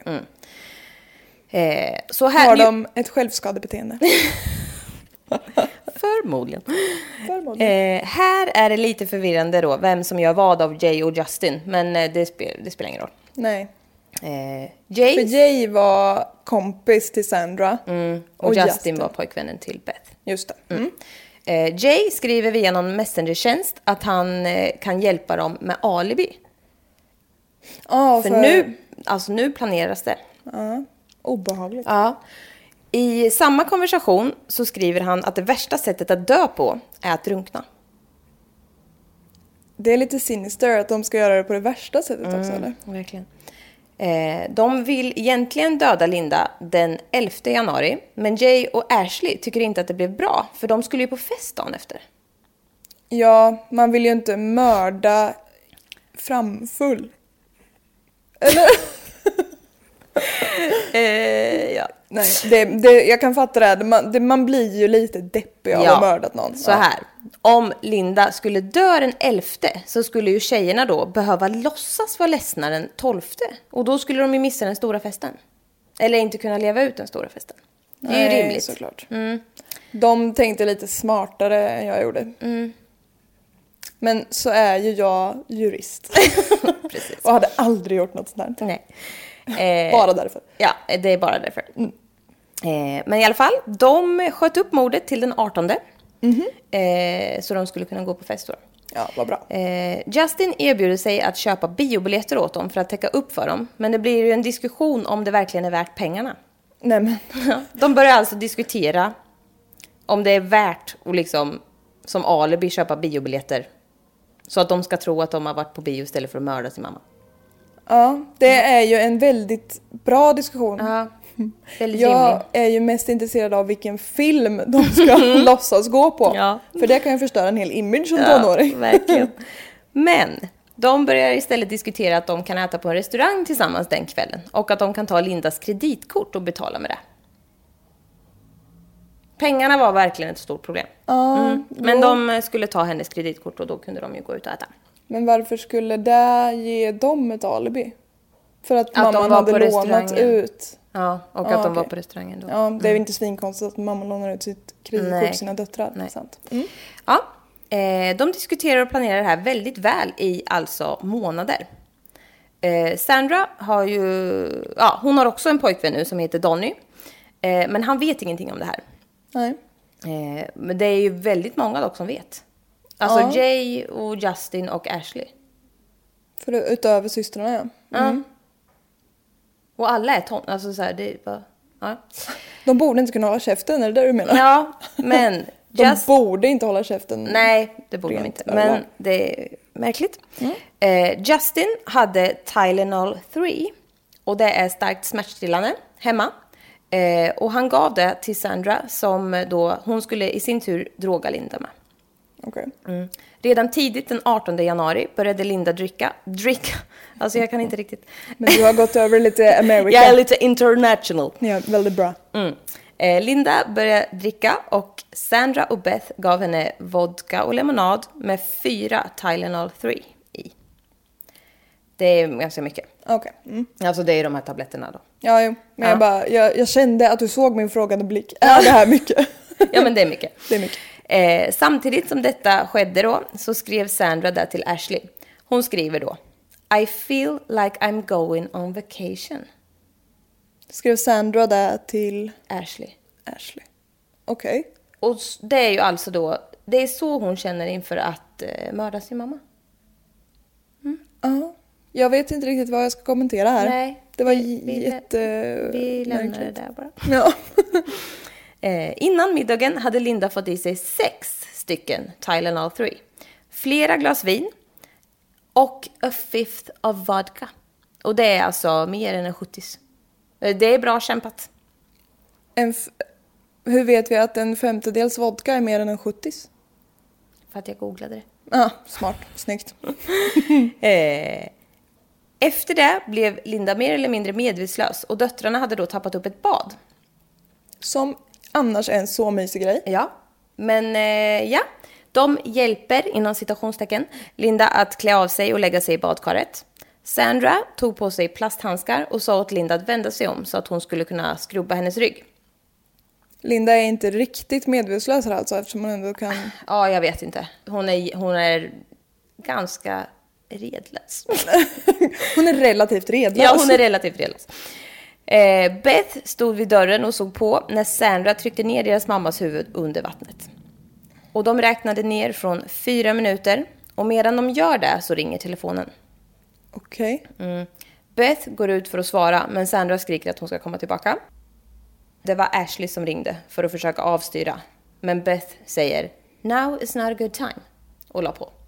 Så här har de ett självskadebeteende? Förmodligen. Här är det lite förvirrande då. Vem som gör vad av Jay och Justin. Men det spelar ingen roll. Nej. Jay... För Jay var kompis till Sandra. Och Justin var pojkvännen till Beth. Just det. Jay skriver via någon messengertjänst att han kan hjälpa dem med alibi. För nu planeras det. Ja, obehagligt. Ja. I samma konversation så skriver han att det värsta sättet att dö på är att drunkna. Det är lite sinister att de ska göra det på det värsta sättet också, eller? Verkligen. De vill egentligen döda Linda den 11 januari. Men Jay och Ashley tycker inte att det blev bra. För de skulle ju på fest dagen efter. Ja, man vill ju inte mörda framfull. Eller? Ja. Nej, jag kan fatta det. Man blir ju lite deppig av att ha mördat någon. Så här. Om Linda skulle dö den 11 så skulle ju tjejerna då behöva låtsas vara ledsna den 12. Och då skulle de ju missa den stora festen. Eller inte kunna leva ut den stora festen. Det är ju rimligt. Såklart. De tänkte lite smartare än jag gjorde. Men så är ju jag jurist. Precis. Och hade aldrig gjort något sånt här. Nej. Bara därför. Ja, det är bara därför. Men i alla fall, de sköt upp mordet till den 18. Så de skulle kunna gå på fest då. Ja, vad bra. Justin erbjuder sig att köpa biobiljetter åt dem för att täcka upp för dem. Men det blir ju en diskussion om det verkligen är värt pengarna. Nej, men. De börjar alltså diskutera om det är värt att liksom som alibi köpa biobiljetter. Så att de ska tro att de har varit på bio istället för att mörda sin mamma. Ja, det är ju en väldigt bra diskussion. Ja, väldigt jag rimlig. är ju mest intresserad av vilken film de ska låtsas gå på. Ja. För det kan ju förstöra en hel image som tonåring. Verkligen. Men de börjar istället diskutera att de kan äta på en restaurang tillsammans den kvällen. Och att de kan ta Lindas kreditkort och betala med det. Pengarna var verkligen ett stort problem. Men de skulle ta hennes kreditkort och då kunde de ju gå ut och äta. Men varför skulle det ge dem ett alibi? För att mamman hade lånat ut. Ja, och att de var på restaurangen då. Ja, det är ju inte svinkonstigt att mamman lånar ut sitt kreditkort till sina döttrar. Nej. Sant. Ja, de diskuterar och planerar det här väldigt väl i alltså månader. Sandra har ju, hon har också en pojkvän nu som heter Donny. Men han vet ingenting om det här. Nej. Men det är ju väldigt många dock som vet. Alltså Jay och Justin och Ashley. För utöver systrarna, ja. Och alla är alltså så här, det är bara, De borde inte kunna hålla käften, är det du menar? Ja, men de borde inte hålla käften. Nej, det borde de inte. Men det är märkligt. Justin hade Tylenol 3. Och det är starkt smärtstillande hemma. Och han gav det till Sandra som då hon skulle i sin tur droga Linda med. Okay. Redan tidigt den 18 januari började Linda dricka. Alltså jag kan inte riktigt. Men du har gått över lite America. Jag är lite international. Ja, väldigt bra. Linda började dricka och Sandra och Beth gav henne vodka och lemonad med 4 Tylenol 3 i. Det är ganska mycket. Okej. Alltså det är de här tabletterna då. Ja, jo. Men jag kände att du såg min frågande blick. Är det här mycket? Ja, men det är mycket. Det är mycket. Samtidigt som detta skedde då så skrev Sandra där till Ashley. Hon skriver då: I feel like I'm going on vacation. Skrev Sandra där till Ashley. Okej. Och det är ju alltså då, det är så hon känner inför att mörda sin mamma. Ja. Jag vet inte riktigt vad jag ska kommentera här. Nej. Det var Vi lämnar det där bara. Ja. Innan middagen hade Linda fått i sig 6 stycken Tylenol 3. Flera glas vin och a fifth of vodka. Och det är alltså mer än en 70s. Det är bra kämpat. Hur vet vi att en 50-dels vodka är mer än en 70s? För att jag googlade det. Ja, smart. Snyggt. Efter det blev Linda mer eller mindre medvetslös och döttrarna hade då tappat upp ett bad. Som annars är en så mysig grej. Ja, men de hjälper inom citationstecken Linda att klä av sig och lägga sig i badkaret. Sandra tog på sig plasthandskar och sa åt Linda att vända sig om så att hon skulle kunna skrubba hennes rygg. Linda är inte riktigt medvetslös här alltså, eftersom hon ändå kan... Ja, jag vet inte. Hon är ganska redlös. Hon är relativt redlös. Ja, hon är relativt redlös. Beth stod vid dörren och såg på när Sandra tryckte ner deras mammas huvud under vattnet. Och de räknade ner från 4 minuter. Och medan de gör det så ringer telefonen. Okej. Beth går ut för att svara, men Sandra skriker att hon ska komma tillbaka. Det var Ashley som ringde för att försöka avstyra. Men Beth säger "Now is not a good time" och la på.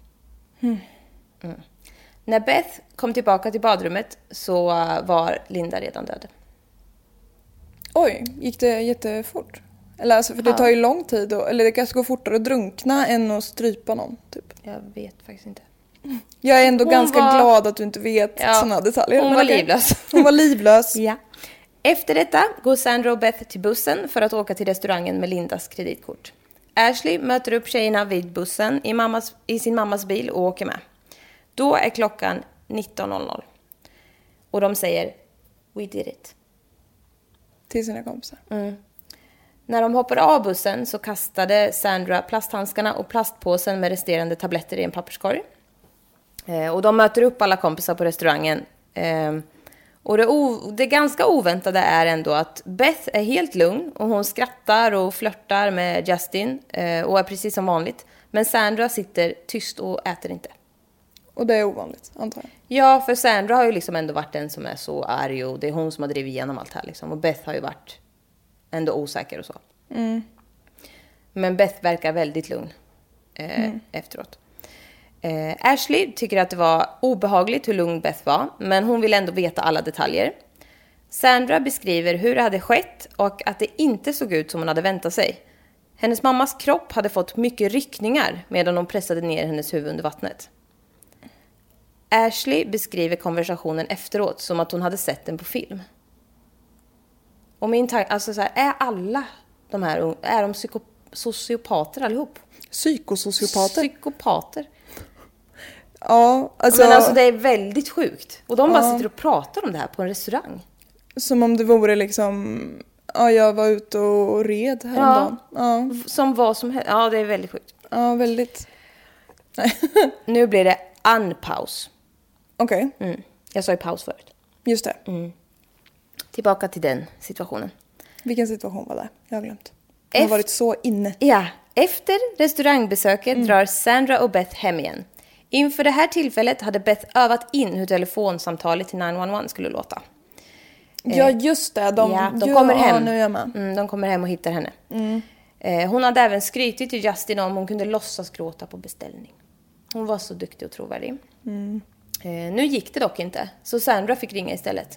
När Beth kom tillbaka till badrummet så var Linda redan död. Oj, gick det jättefort? Eller alltså, för det tar ju lång tid. Eller det kanske går fortare att drunkna än att strypa någon, typ. Jag vet faktiskt inte. Jag är ändå glad att du inte vet sådana detaljer. Hon var livlös. Hon var livlös. Ja. Efter detta går Sandra och Beth till bussen för att åka till restaurangen med Lindas kreditkort. Ashley möter upp tjejerna vid bussen i sin mammas bil och åker med. Då är klockan 19.00. Och de säger "We did it" till sina kompisar. När de hoppade av bussen så kastade Sandra plasthandskarna och plastpåsen med resterande tabletter i en papperskorg. Och de möter upp alla kompisar på restaurangen. Och det ganska oväntade är ändå att Beth är helt lugn och hon skrattar och flörtar med Justin och är precis som vanligt. Men Sandra sitter tyst och äter inte. Och det är ovanligt, antar jag. Ja, för Sandra har ju liksom ändå varit den som är så arg och det är hon som har drivit igenom allt här liksom. Och Beth har ju varit ändå osäker och så. Men Beth verkar väldigt lugn efteråt. Ashley tycker att det var obehagligt hur lugn Beth var, men hon vill ändå veta alla detaljer. Sandra beskriver hur det hade skett och att det inte såg ut som hon hade väntat sig. Hennes mammas kropp hade fått mycket ryckningar medan de pressade ner hennes huvud under vattnet. Ashley beskriver konversationen efteråt som att hon hade sett den på film. Och min tanke, alltså så här, är alla de här, är de sociopater allihop? Psykosociopater? Psykopater. Ja, alltså... Men alltså det är väldigt sjukt. Och de bara sitter och pratar om det här på en restaurang. Som om det vore liksom... Ja, jag var ute och red häromdagen. Ja. Som vad som helst. Ja, det är väldigt sjukt. Ja, väldigt. Nu blir det unpaus. Okej. Jag sa ju paus förut. Just det. Tillbaka till den situationen. Vilken situation var det? Jag har glömt. Jag har varit så inne. Ja, efter restaurangbesöket drar Sandra och Beth hem igen. Inför det här tillfället hade Beth övat in hur telefonsamtalet till 911 skulle låta. Ja, just det. De kommer hem. Nu är jag med. De kommer hem och hittar henne. Hon hade även skrytit till Justin om hon kunde låtsas gråta på beställning. Hon var så duktig och trovärdig. Nu gick det dock inte, så Sandra fick ringa istället.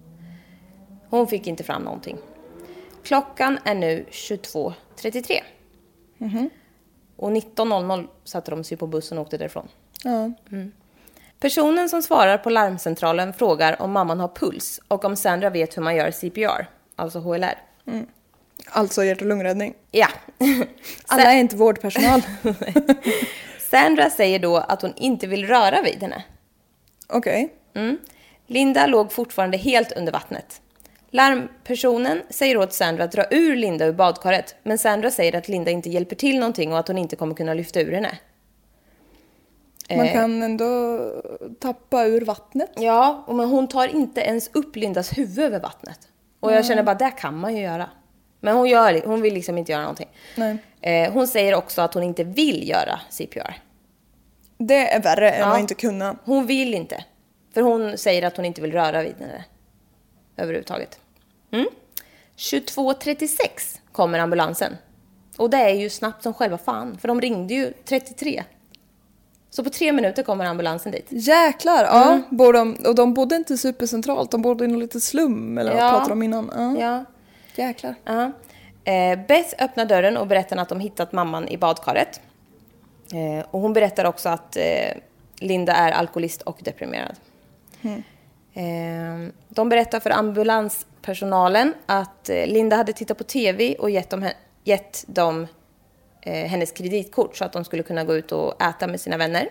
Hon fick inte fram någonting. Klockan är nu 22:33. Och 19.00 satte de sig på bussen och åkte därifrån. Ja. Personen som svarar på larmcentralen frågar om mamman har puls och om Sandra vet hur man gör CPR, alltså HLR. Alltså hjärt- och lungräddning. Ja. Alla är inte vårdpersonal. Sandra säger då att hon inte vill röra vid henne. Okej. Linda låg fortfarande helt under vattnet. Larmpersonen säger åt Sandra att dra ur Linda ur badkaret, men Sandra säger att Linda inte hjälper till någonting och att hon inte kommer kunna lyfta ur henne. Man kan ändå tappa ur vattnet. Ja, men hon tar inte ens upp Lindas huvud över vattnet. Och jag känner bara, det kan man ju göra. Men hon vill liksom inte göra någonting. Nej. Hon säger också att hon inte vill göra CPR. Det är värre än att inte kunna. Hon vill inte. För hon säger att hon inte vill röra vid henne överhuvudtaget. 22.36 kommer ambulansen. Och det är ju snabbt som själva fan. För de ringde ju 33. Så på 3 minuter kommer ambulansen dit. Jäklar, ja. Och de bodde inte supercentralt. De bodde i någon liten slum, eller vad pratade de innan? Ja. Jäklar. Ja. Beth öppnar dörren och berättar att de hittat mamman i badkaret. Och hon berättar också att Linda är alkoholist och deprimerad. De berättar för ambulanspersonalen att Linda hade tittat på tv och gett dem hennes kreditkort så att de skulle kunna gå ut och äta med sina vänner.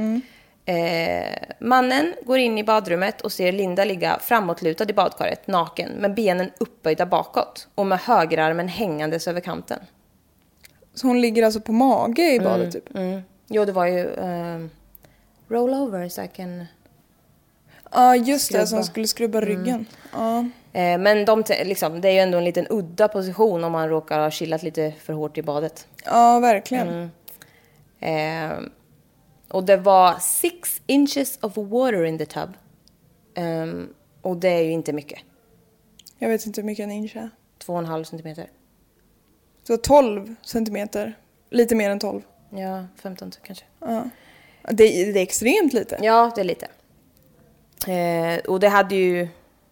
Mannen går in i badrummet och ser Linda ligga framåtlutad i badkaret, naken, med benen uppböjda bakåt och med högerarmen hängandes över kanten. Så hon ligger alltså på mage i badet typ? Jo, det var ju roll over så jag kan... Ja, just det, som skulle skrubba ryggen. Ja. Men det är ju ändå en liten udda position om man råkar ha chillat lite för hårt i badet. Ja, verkligen. Och det var 6 inches of water in the tub. Och det är ju inte mycket. Jag vet inte hur mycket en inch är. 2,5 centimeter. Så 12 centimeter. Lite mer än 12. Ja, 15 kanske. Ja. Det är extremt lite. Ja, det är lite. Och det hade ju...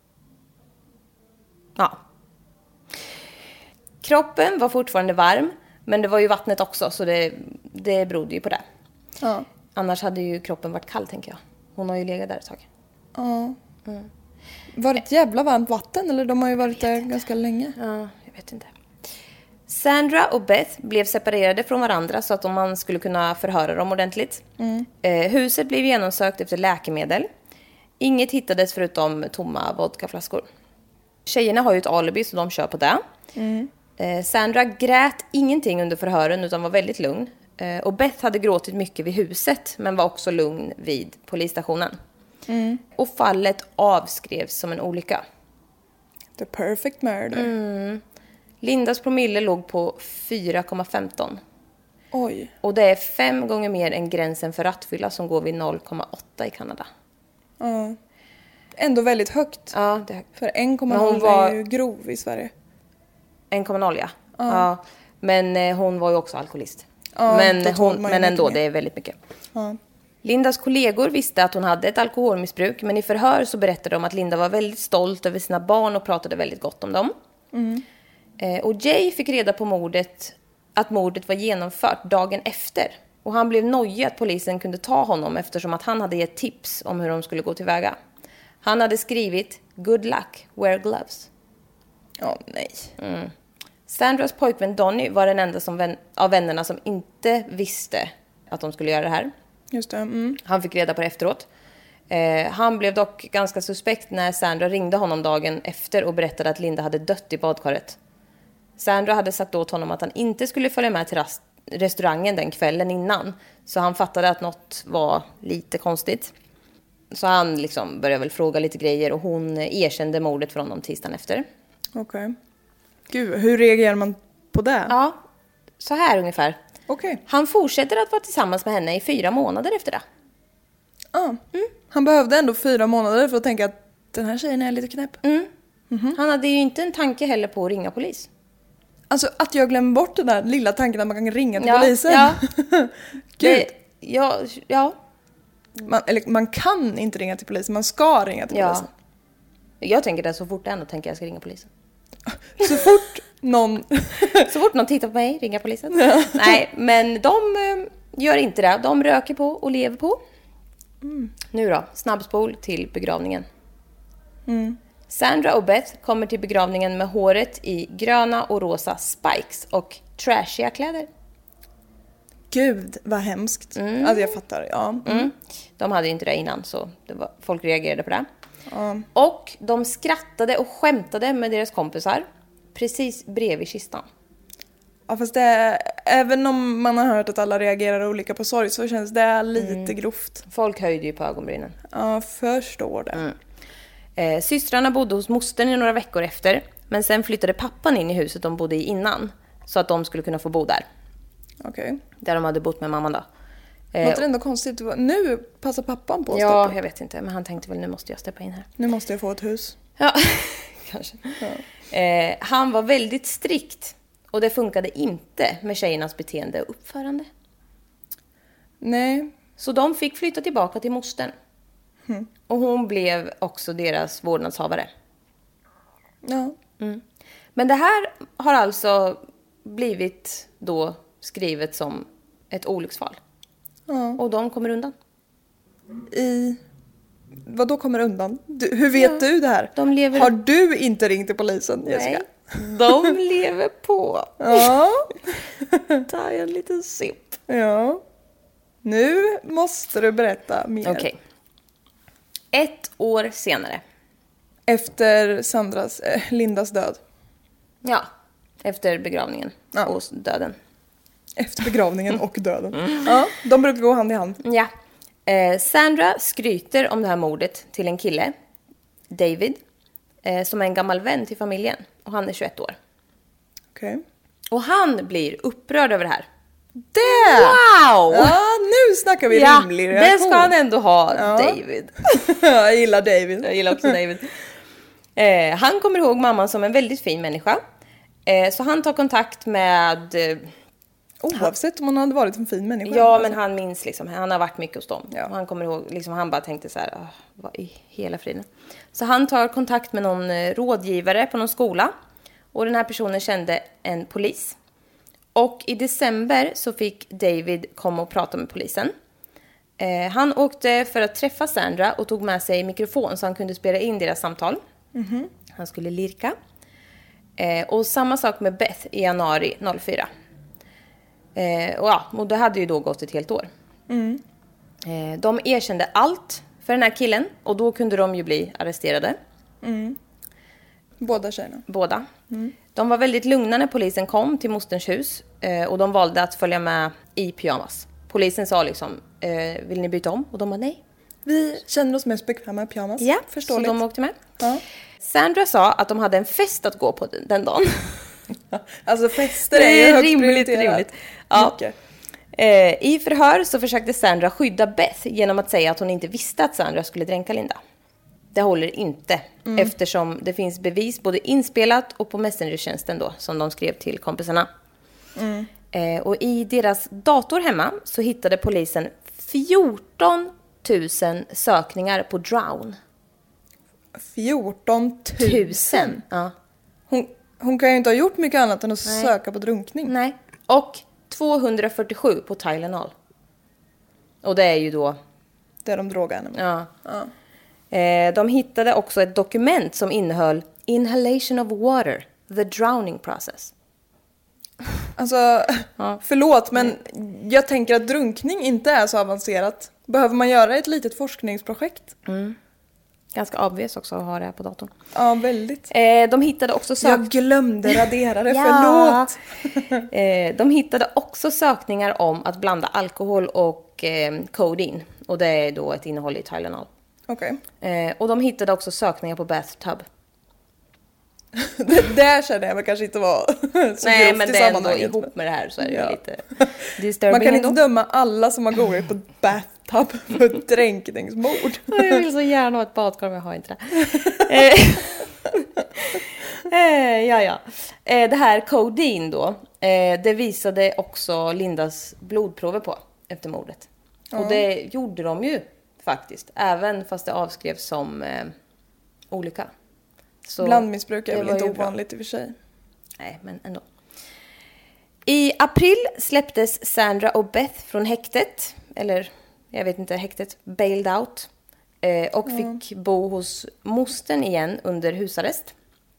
Ja. Kroppen var fortfarande varm, men det var ju vattnet också, så det berodde ju på det. Ja. Annars hade ju kroppen varit kall, tänker jag. Hon har ju legat där ett tag. Ja. Var det ett jävla varmt vatten, eller de har ju varit där ganska länge? Ja, jag vet inte. Sandra och Beth blev separerade från varandra så att man skulle kunna förhöra dem ordentligt. Huset blev genomsökt efter läkemedel. Inget hittades förutom tomma vodkaflaskor. Tjejerna har ju ett alibi så de kör på det. Sandra grät ingenting under förhören utan var väldigt lugn. Och Beth hade gråtit mycket vid huset men var också lugn vid polisstationen. Och fallet avskrevs som en olycka. The perfect murder. Lindas promille låg på 4,15. Oj. Och det är 5 gånger mer än gränsen för rattfylla som går vid 0,8 i Kanada. Ja. Ändå väldigt högt. Ja, det är högt. För 1,0 är ju grov i Sverige. 1,0 ja. Ja. Men hon var ju också alkoholist. Ja, men ändå, det är väldigt mycket. Ja. Lindas kollegor visste att hon hade ett alkoholmissbruk, men i förhör så berättade de att Linda var väldigt stolt över sina barn och pratade väldigt gott om dem. Och Jay fick reda på att mordet var genomfört dagen efter. Och han blev nojig att polisen kunde ta honom eftersom att han hade gett tips om hur de skulle gå tillväga. Han hade skrivit "Good luck, wear gloves". Ja, nej. Sandras pojkvän Donny var den enda av vännerna som inte visste att de skulle göra det här. Just det. Han fick reda på det efteråt. Han blev dock ganska suspekt när Sandra ringde honom dagen efter och berättade att Linda hade dött i badkaret. Sandra hade sagt åt honom att han inte skulle följa med till restaurangen den kvällen innan. Så han fattade att något var lite konstigt. Så han började väl fråga lite grejer och hon erkände mordet för honom tisdagen efter. Okej. Gud, hur reagerar man på det? Ja, så här ungefär. Okej. Han fortsätter att vara tillsammans med henne i 4 månader efter det. Ja. Han behövde ändå 4 månader för att tänka att den här tjejen är lite knäpp. Han hade ju inte en tanke heller på att ringa polis. Alltså att jag glömmer bort den där lilla tanken att man kan ringa till polisen. Ja. Gud. Ja. Man kan inte ringa till polisen, man ska ringa till polisen. Jag tänker det så fort jag ändå tänker jag ska ringa polisen. Så fort Så fort någon tittar på mig, ringa polisen. Nej, men de gör inte det. De röker på och lever på. Nu då, snabbspol till begravningen. Sandra och Beth kommer till begravningen med håret i gröna och rosa spikes och trashiga kläder. Gud, vad hemskt. Alltså jag fattar, ja. De hade ju inte det innan, så folk reagerade på det. Och de skrattade och skämtade med deras kompisar precis bredvid kistan. Ja, fast även om man har hört att alla reagerar olika på sorg så känns det lite grovt. Folk höjde ju på ögonbrynen. Ja, förstår det. Systrarna bodde hos mostern i några veckor efter. Men sen flyttade pappan in i huset de bodde i innan. Så att de skulle kunna få bo där. Okej. Där de hade bott med mamman då. Låter ändå konstigt. Nu passar pappan på att Ja, steppa. jag vet inte. Men han tänkte väl, nu måste jag steppa in här. Nu måste jag få ett hus. Ja, kanske. Han var väldigt strikt. Och det funkade inte med tjejernas beteende och uppförande. Nej. Så de fick flytta tillbaka till mostern. Och hon blev också deras vårdnadshavare. Ja. Men det här har alltså blivit då skrivet som ett olycksfall. Ja. Och de kommer undan. Vad då kommer undan? Hur vet du det här? De lever... Har du inte ringt till polisen, Jessica? Nej, de lever på. Ja. Ta en liten sipp. Ja. Nu måste du berätta mer. Okej. 1 år senare. Efter Lindas död. Ja, efter begravningen och döden. Efter begravningen och döden. Ja, de brukar gå hand i hand. Ja. Sandra skryter om det här mordet till en kille, David, som är en gammal vän till familjen. Och han är 21 år. Okej. Och han blir upprörd över det här. Wow! Ja, nu snackar vi rimlig reaktion. Det ska han ändå ha, David. Jag gillar David. Jag gillar också David. Han kommer ihåg mamman som en väldigt fin människa. Så han tar kontakt med... Oavsett om han hade varit en fin människa. Ja, men han minns liksom. Han har varit mycket hos dem. Ja. Han kommer ihåg, liksom, han bara tänkte så här, vad i hela friden. Så han tar kontakt med någon rådgivare på någon skola. Och den här personen kände en polis. Och i december så fick David komma och prata med polisen. Han åkte för att träffa Sandra och tog med sig mikrofon så han kunde spela in deras samtal. Han skulle lirka. Och samma sak med Beth i januari 04. Och det hade ju då gått ett helt år. De erkände allt för den här killen. Och då kunde de ju bli arresterade. Båda tjejerna. Båda. De var väldigt lugna när polisen kom till mosterns hus. Och de valde att följa med i pyjamas. Polisen sa liksom, vill ni byta om? Och de var nej. Vi känner oss mest bekväma i pyjamas. Ja, förståeligt. så de åkte med. Ja. Sandra sa att de hade en fest att gå på den dagen. Alltså fester är ju högt rimligt. Ja. I förhör så försökte Sandra skydda Beth genom att säga att hon inte visste att Sandra skulle dränka Linda. Det håller inte eftersom det finns bevis både inspelat och på Messenger-tjänsten då som de skrev till kompisarna. Och i deras dator hemma så hittade polisen 14 000 sökningar på Drown. 14 000? Ja. Hon kan ju inte ha gjort mycket annat än att söka på drunkning. Nej. Och 247 på Tylenol. Och det är ju då... Det är de drogar henne med. Ja. De hittade också ett dokument som innehöll Inhalation of water, the drowning process. Alltså, förlåt, men jag tänker att drunkning inte är så avancerat. Behöver man göra ett litet forskningsprojekt? Ganska obvious också att ha det här på datorn. Ja, väldigt. De hittade också Jag glömde radera det, förlåt. De hittade också sökningar om att blanda alkohol och kodein. Och det är då ett innehåll i Tylenol. Okej. Och de hittade också sökningar på bathtub. Det där känner jag väl kanske inte var så nej, grovt men i det är ändå sammanhanget. ihop med det här så är det ju lite disturbing. Man kan inte ändå. döma alla som har googlat på bathtub för dränkningsmord. Jag vill så gärna ha ett badkar men jag har inte det. Det här kodein då, det visade också Lindas blodprover på efter mordet. Och det gjorde de ju faktiskt, även fast det avskrevs som olycka. Så blandmissbruk är väl inte ju ovanligt i och för sig. Nej, men ändå. I april släpptes Sandra och Beth från häktet. Eller, jag vet inte, häktet. Bailed out. Och fick bo hos mostern igen under husarrest.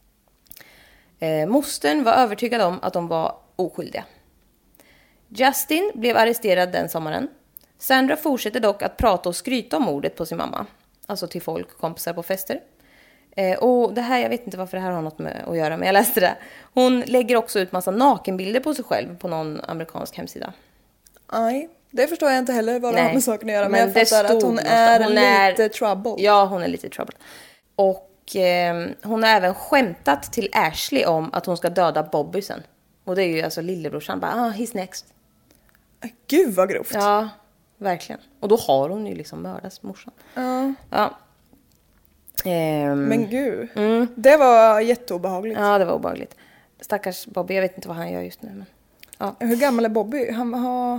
Mostern var övertygad om att de var oskyldiga. Justin blev arresterad den sommaren. Sandra fortsätter dock att prata och skryta om mordet på sin mamma. Alltså till folk, kompisar på fester. Och det här, jag vet inte varför det här har något med att göra, men jag läste det. Hon lägger också ut massa nakenbilder på sig själv på någon amerikansk hemsida. Nej, det förstår jag inte heller vad det har med saken att göra. Men jag fattar att hon är lite trouble. Ja, hon är lite trouble. Och hon har även skämtat till Ashley om att hon ska döda Bobby sen. Och det är ju alltså lillebrorsan bara, he's next. Gud vad grovt. Ja, verkligen. Och då har hon ju liksom mördat morsan. Ja. Men gud, det var jätteobehagligt. Ja, det var obehagligt. Stackars Bobby, jag vet inte vad han gör just nu. Men, ja. Hur gammal är Bobby? Han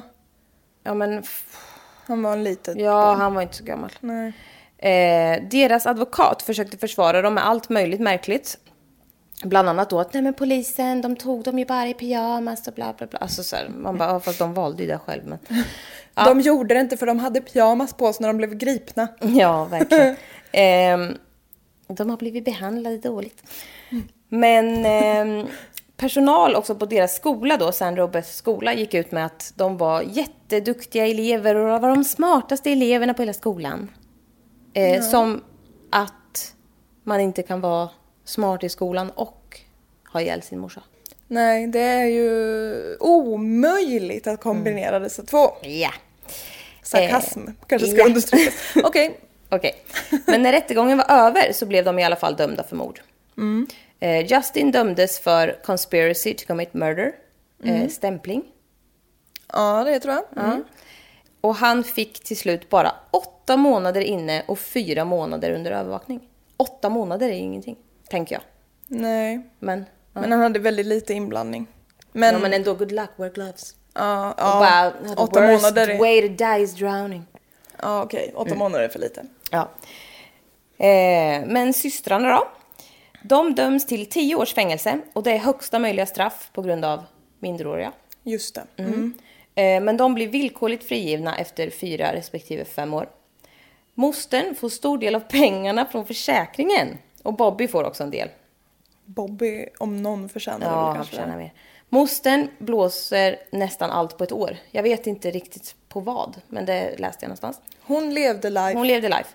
var en liten barn. Han var inte så gammal. Nej. Deras advokat försökte försvara dem med allt möjligt märkligt. Bland annat då att nej men polisen, de tog dem ju bara i pyjamas och bla bla bla. Alltså så här, man bara, fast de valde ju det själv. Men, ja. De gjorde det inte för de hade pyjamas på sig när de blev gripna. Ja, verkligen. De har blivit behandlade dåligt. Men personal också på deras skola då, Sandra och Beths skola, gick ut med att de var jätteduktiga elever och var de smartaste eleverna på hela skolan. Som att man inte kan vara smart i skolan och ha ihjäl sin morsa. Nej, det är ju omöjligt att kombinera dessa två. Ja. Sarkasm kanske ska understrykas. Okej. Men när rättegången var över så blev de i alla fall dömda för mord. Justin dömdes för conspiracy to commit murder. Stämpling. Ja, det tror jag. Och han fick till slut bara 8 månader inne och 4 månader under övervakning. 8 månader är ingenting, tänker jag. Nej. Men han hade väldigt lite inblandning. Men ändå, good luck, wear gloves. Ja. Och bara, 8 månader. Way to die is drowning. Ja, okej. 8 månader är för lite. Ja. Men systrarna då? De döms till 10 års fängelse. Och det är högsta möjliga straff på grund av minderåriga. Just det. Men de blir villkorligt frigivna efter 4 respektive 5 år. Mostern får stor del av pengarna från försäkringen. Och Bobby får också en del. Bobby, om någon förtjänar det kanske. Han förtjänar mer. Mostern blåser nästan allt på ett år. Jag vet inte riktigt på vad, men det läste jag någonstans. Hon levde life.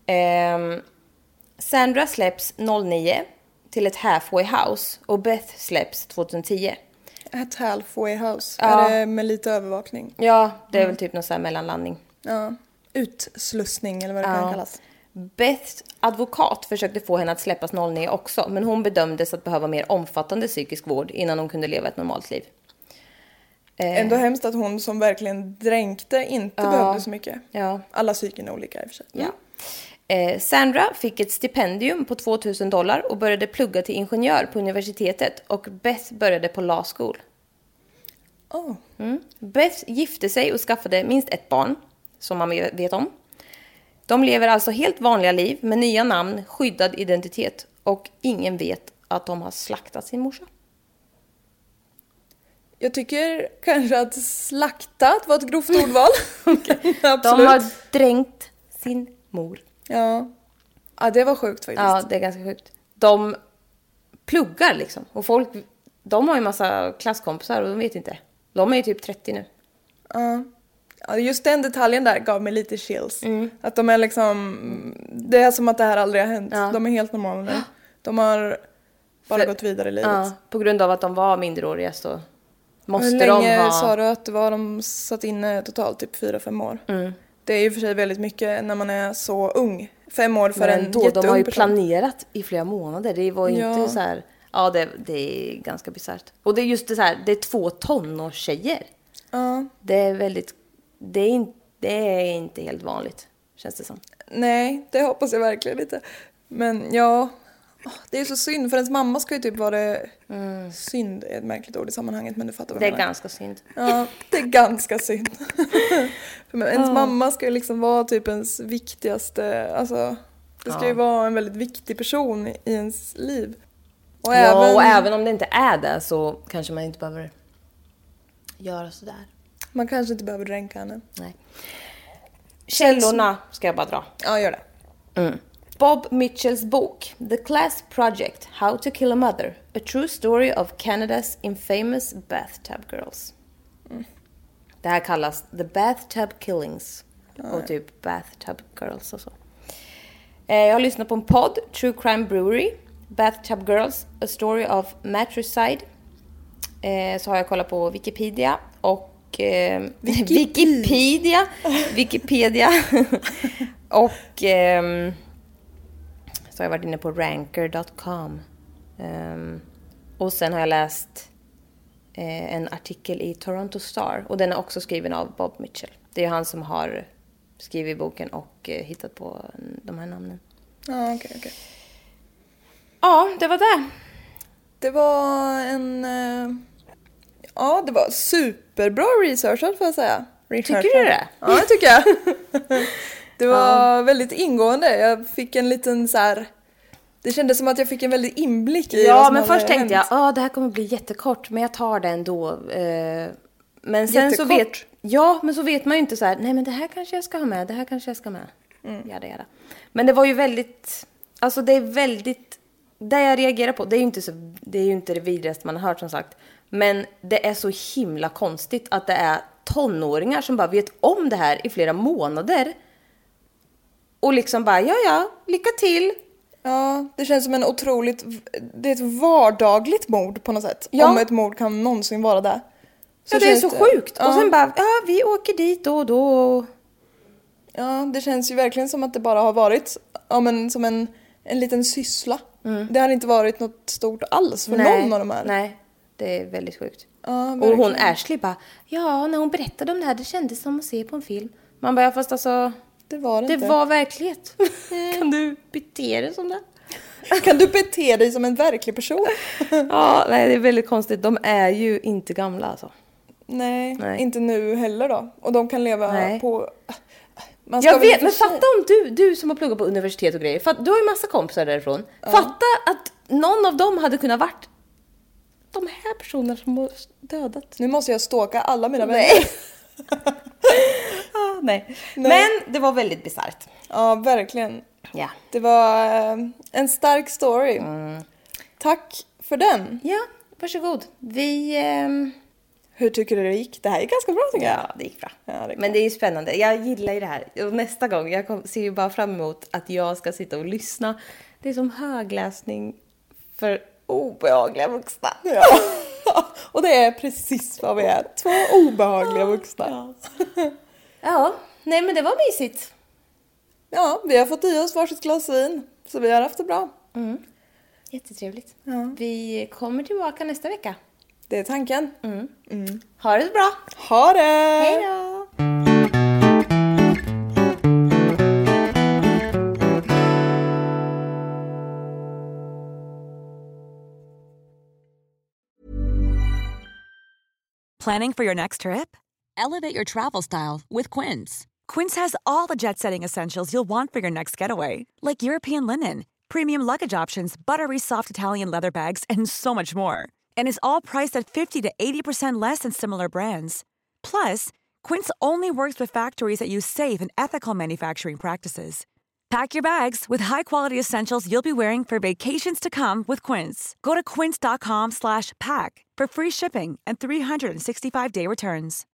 Sandra släpps 2009 till ett halfway house och Beth släpps 2010. Ett halfway house? Ja. Är det med lite övervakning? Ja, det är väl typ någon sån här mellanlandning. Ja, utslussning eller vad det kan kallas. Beths advokat försökte få henne att släppas 2009 också, men hon bedömdes att behöva mer omfattande psykisk vård innan hon kunde leva ett normalt liv. Ändå hemskt att hon som verkligen dränkte inte behövde så mycket. Ja. Alla psyken är olika i och för sig. Ja. Sandra fick ett stipendium på $2,000 och började plugga till ingenjör på universitetet, och Beth började på law school. Beth gifte sig och skaffade minst ett barn, som man vet om. De lever alltså helt vanliga liv med nya namn, skyddad identitet, och ingen vet att de har slaktat sin morsa. Jag tycker kanske att slaktat var ett grovt ordval. Absolut. De har dränkt sin mor. Ja, det var sjukt faktiskt. Ja, det är ganska sjukt. De pluggar liksom. Och folk, de har ju massa klasskompisar och de vet inte. De är ju typ 30 nu. Ja, just den detaljen där gav mig lite chills. Att de är liksom, det är som att det här aldrig har hänt. De är helt normala nu. De har bara gått vidare i livet. Ja, på grund av att de var minderåriga så måste de ha... Hur länge sa du att det var de satt inne totalt? Typ 4-5 år. Det är ju för sig väldigt mycket när man är så ung. 5 år för en jätteung person. De har ju planerat i flera månader. Det var inte så här... Ja, det är ganska bisarrt. Och det är just det så här, det är 2 tonårstjejer. Det är väldigt... Det är inte helt vanligt, känns det som. Nej, det hoppas jag verkligen inte. Men ja, det är så synd. För ens mamma ska ju typ vara det... Synd är ett märkligt ord i sammanhanget, men du fattar vad det är ganska synd. Ja, det är ganska synd. För ens mamma ska ju liksom vara typ ens viktigaste... Alltså, det ska ju vara en väldigt viktig person i ens liv. Och och även om det inte är det så kanske man inte behöver göra sådär. Man kanske inte behöver dränka henne. Nej. Källorna ska jag bara dra. Ja, gör det. Bob Mitchells bok The Class Project, How to Kill a Mother, A True Story of Canada's Infamous Bathtub Girls. Det här kallas The Bathtub Killings och typ Bathtub Girls och så. Jag har lyssnat på en podd, True Crime Brewery, Bathtub Girls, A Story of Matricide. Så har jag kollat på Wikipedia och Wikipedia och så har jag varit inne på ranker.com och sen har jag läst en artikel i Toronto Star och den är också skriven av Bob Mitchell. Det är han som har skrivit boken och hittat på de här namnen. Ja, okej. Ja, det var det. Det var det var superbra researchat får jag säga. Tycker du det? Ja, det tycker jag. Det var väldigt ingående. Jag fick en liten så här... Det kändes som att jag fick en väldigt inblick i Ja, men först tänkte jag, det här kommer bli jättekort, men jag tar det ändå. Men sen så vet man ju inte så här, nej men det här kanske jag ska ha med, det här kanske jag ska ha med. Jada. Men det var ju väldigt, alltså det är väldigt, det jag reagerar på, det är ju inte det vidrigaste man har hört som sagt. Men det är så himla konstigt att det är tonåringar som bara vet om det här i flera månader. Och liksom bara, ja, lycka till. Ja, det känns som det är ett vardagligt mord på något sätt. Ja. Om ett mord kan någonsin vara det. Så det är så sjukt. Ja. Och sen bara, vi åker dit då. Ja, det känns ju verkligen som att det bara har varit som en liten syssla. Det har inte varit något stort alls för någon av de här. Nej, det är väldigt sjukt. Ja, och hon Ashley bara, när hon berättade om det här, det kändes som att se på en film. Man bara, fast alltså... Det var det inte. Det var verklighet. Kan du bete dig som det? Kan du bete dig som en verklig person? Ja, nej, det är väldigt konstigt. De är ju inte gamla alltså. Nej, inte nu heller då. Och de kan leva på... Jag vet, men fatta om du som har pluggat på universitet och grejer. Du har ju massa kompisar därifrån. Ja. Fatta att någon av dem hade kunnat varit de här personerna som har dödat. Nu måste jag stalka alla mina vänner. Nej. Men det var väldigt bizarrt. Ja, verkligen. Ja. Det var en stark story. Tack för den. Ja, varsågod. Hur tycker du det gick? Det här gick ganska bra tycker jag. Ja, det gick bra. Ja, men det är ju spännande. Jag gillar ju det här. Och nästa gång, ser ju bara fram emot att jag ska sitta och lyssna. Det är som högläsning för obehagliga vuxna. Ja. Och det är precis vad vi är. 2 obehagliga vuxna. Ja, nej men det var mysigt. Ja, vi har fått i oss varsitt glas vin. Så vi har haft det bra. Jättetrevligt. Ja. Vi kommer tillbaka nästa vecka. Det är tanken. Ha det så bra. Ha det! Hej då! Planning for your next trip? Elevate your travel style with Quince. Quince has all the jet-setting essentials you'll want for your next getaway, like European linen, premium luggage options, buttery soft Italian leather bags, and so much more. And is all priced at 50 to 80% less than similar brands. Plus, Quince only works with factories that use safe and ethical manufacturing practices. Pack your bags with high-quality essentials you'll be wearing for vacations to come with Quince. Go to quince.com/pack for free shipping and 365-day returns.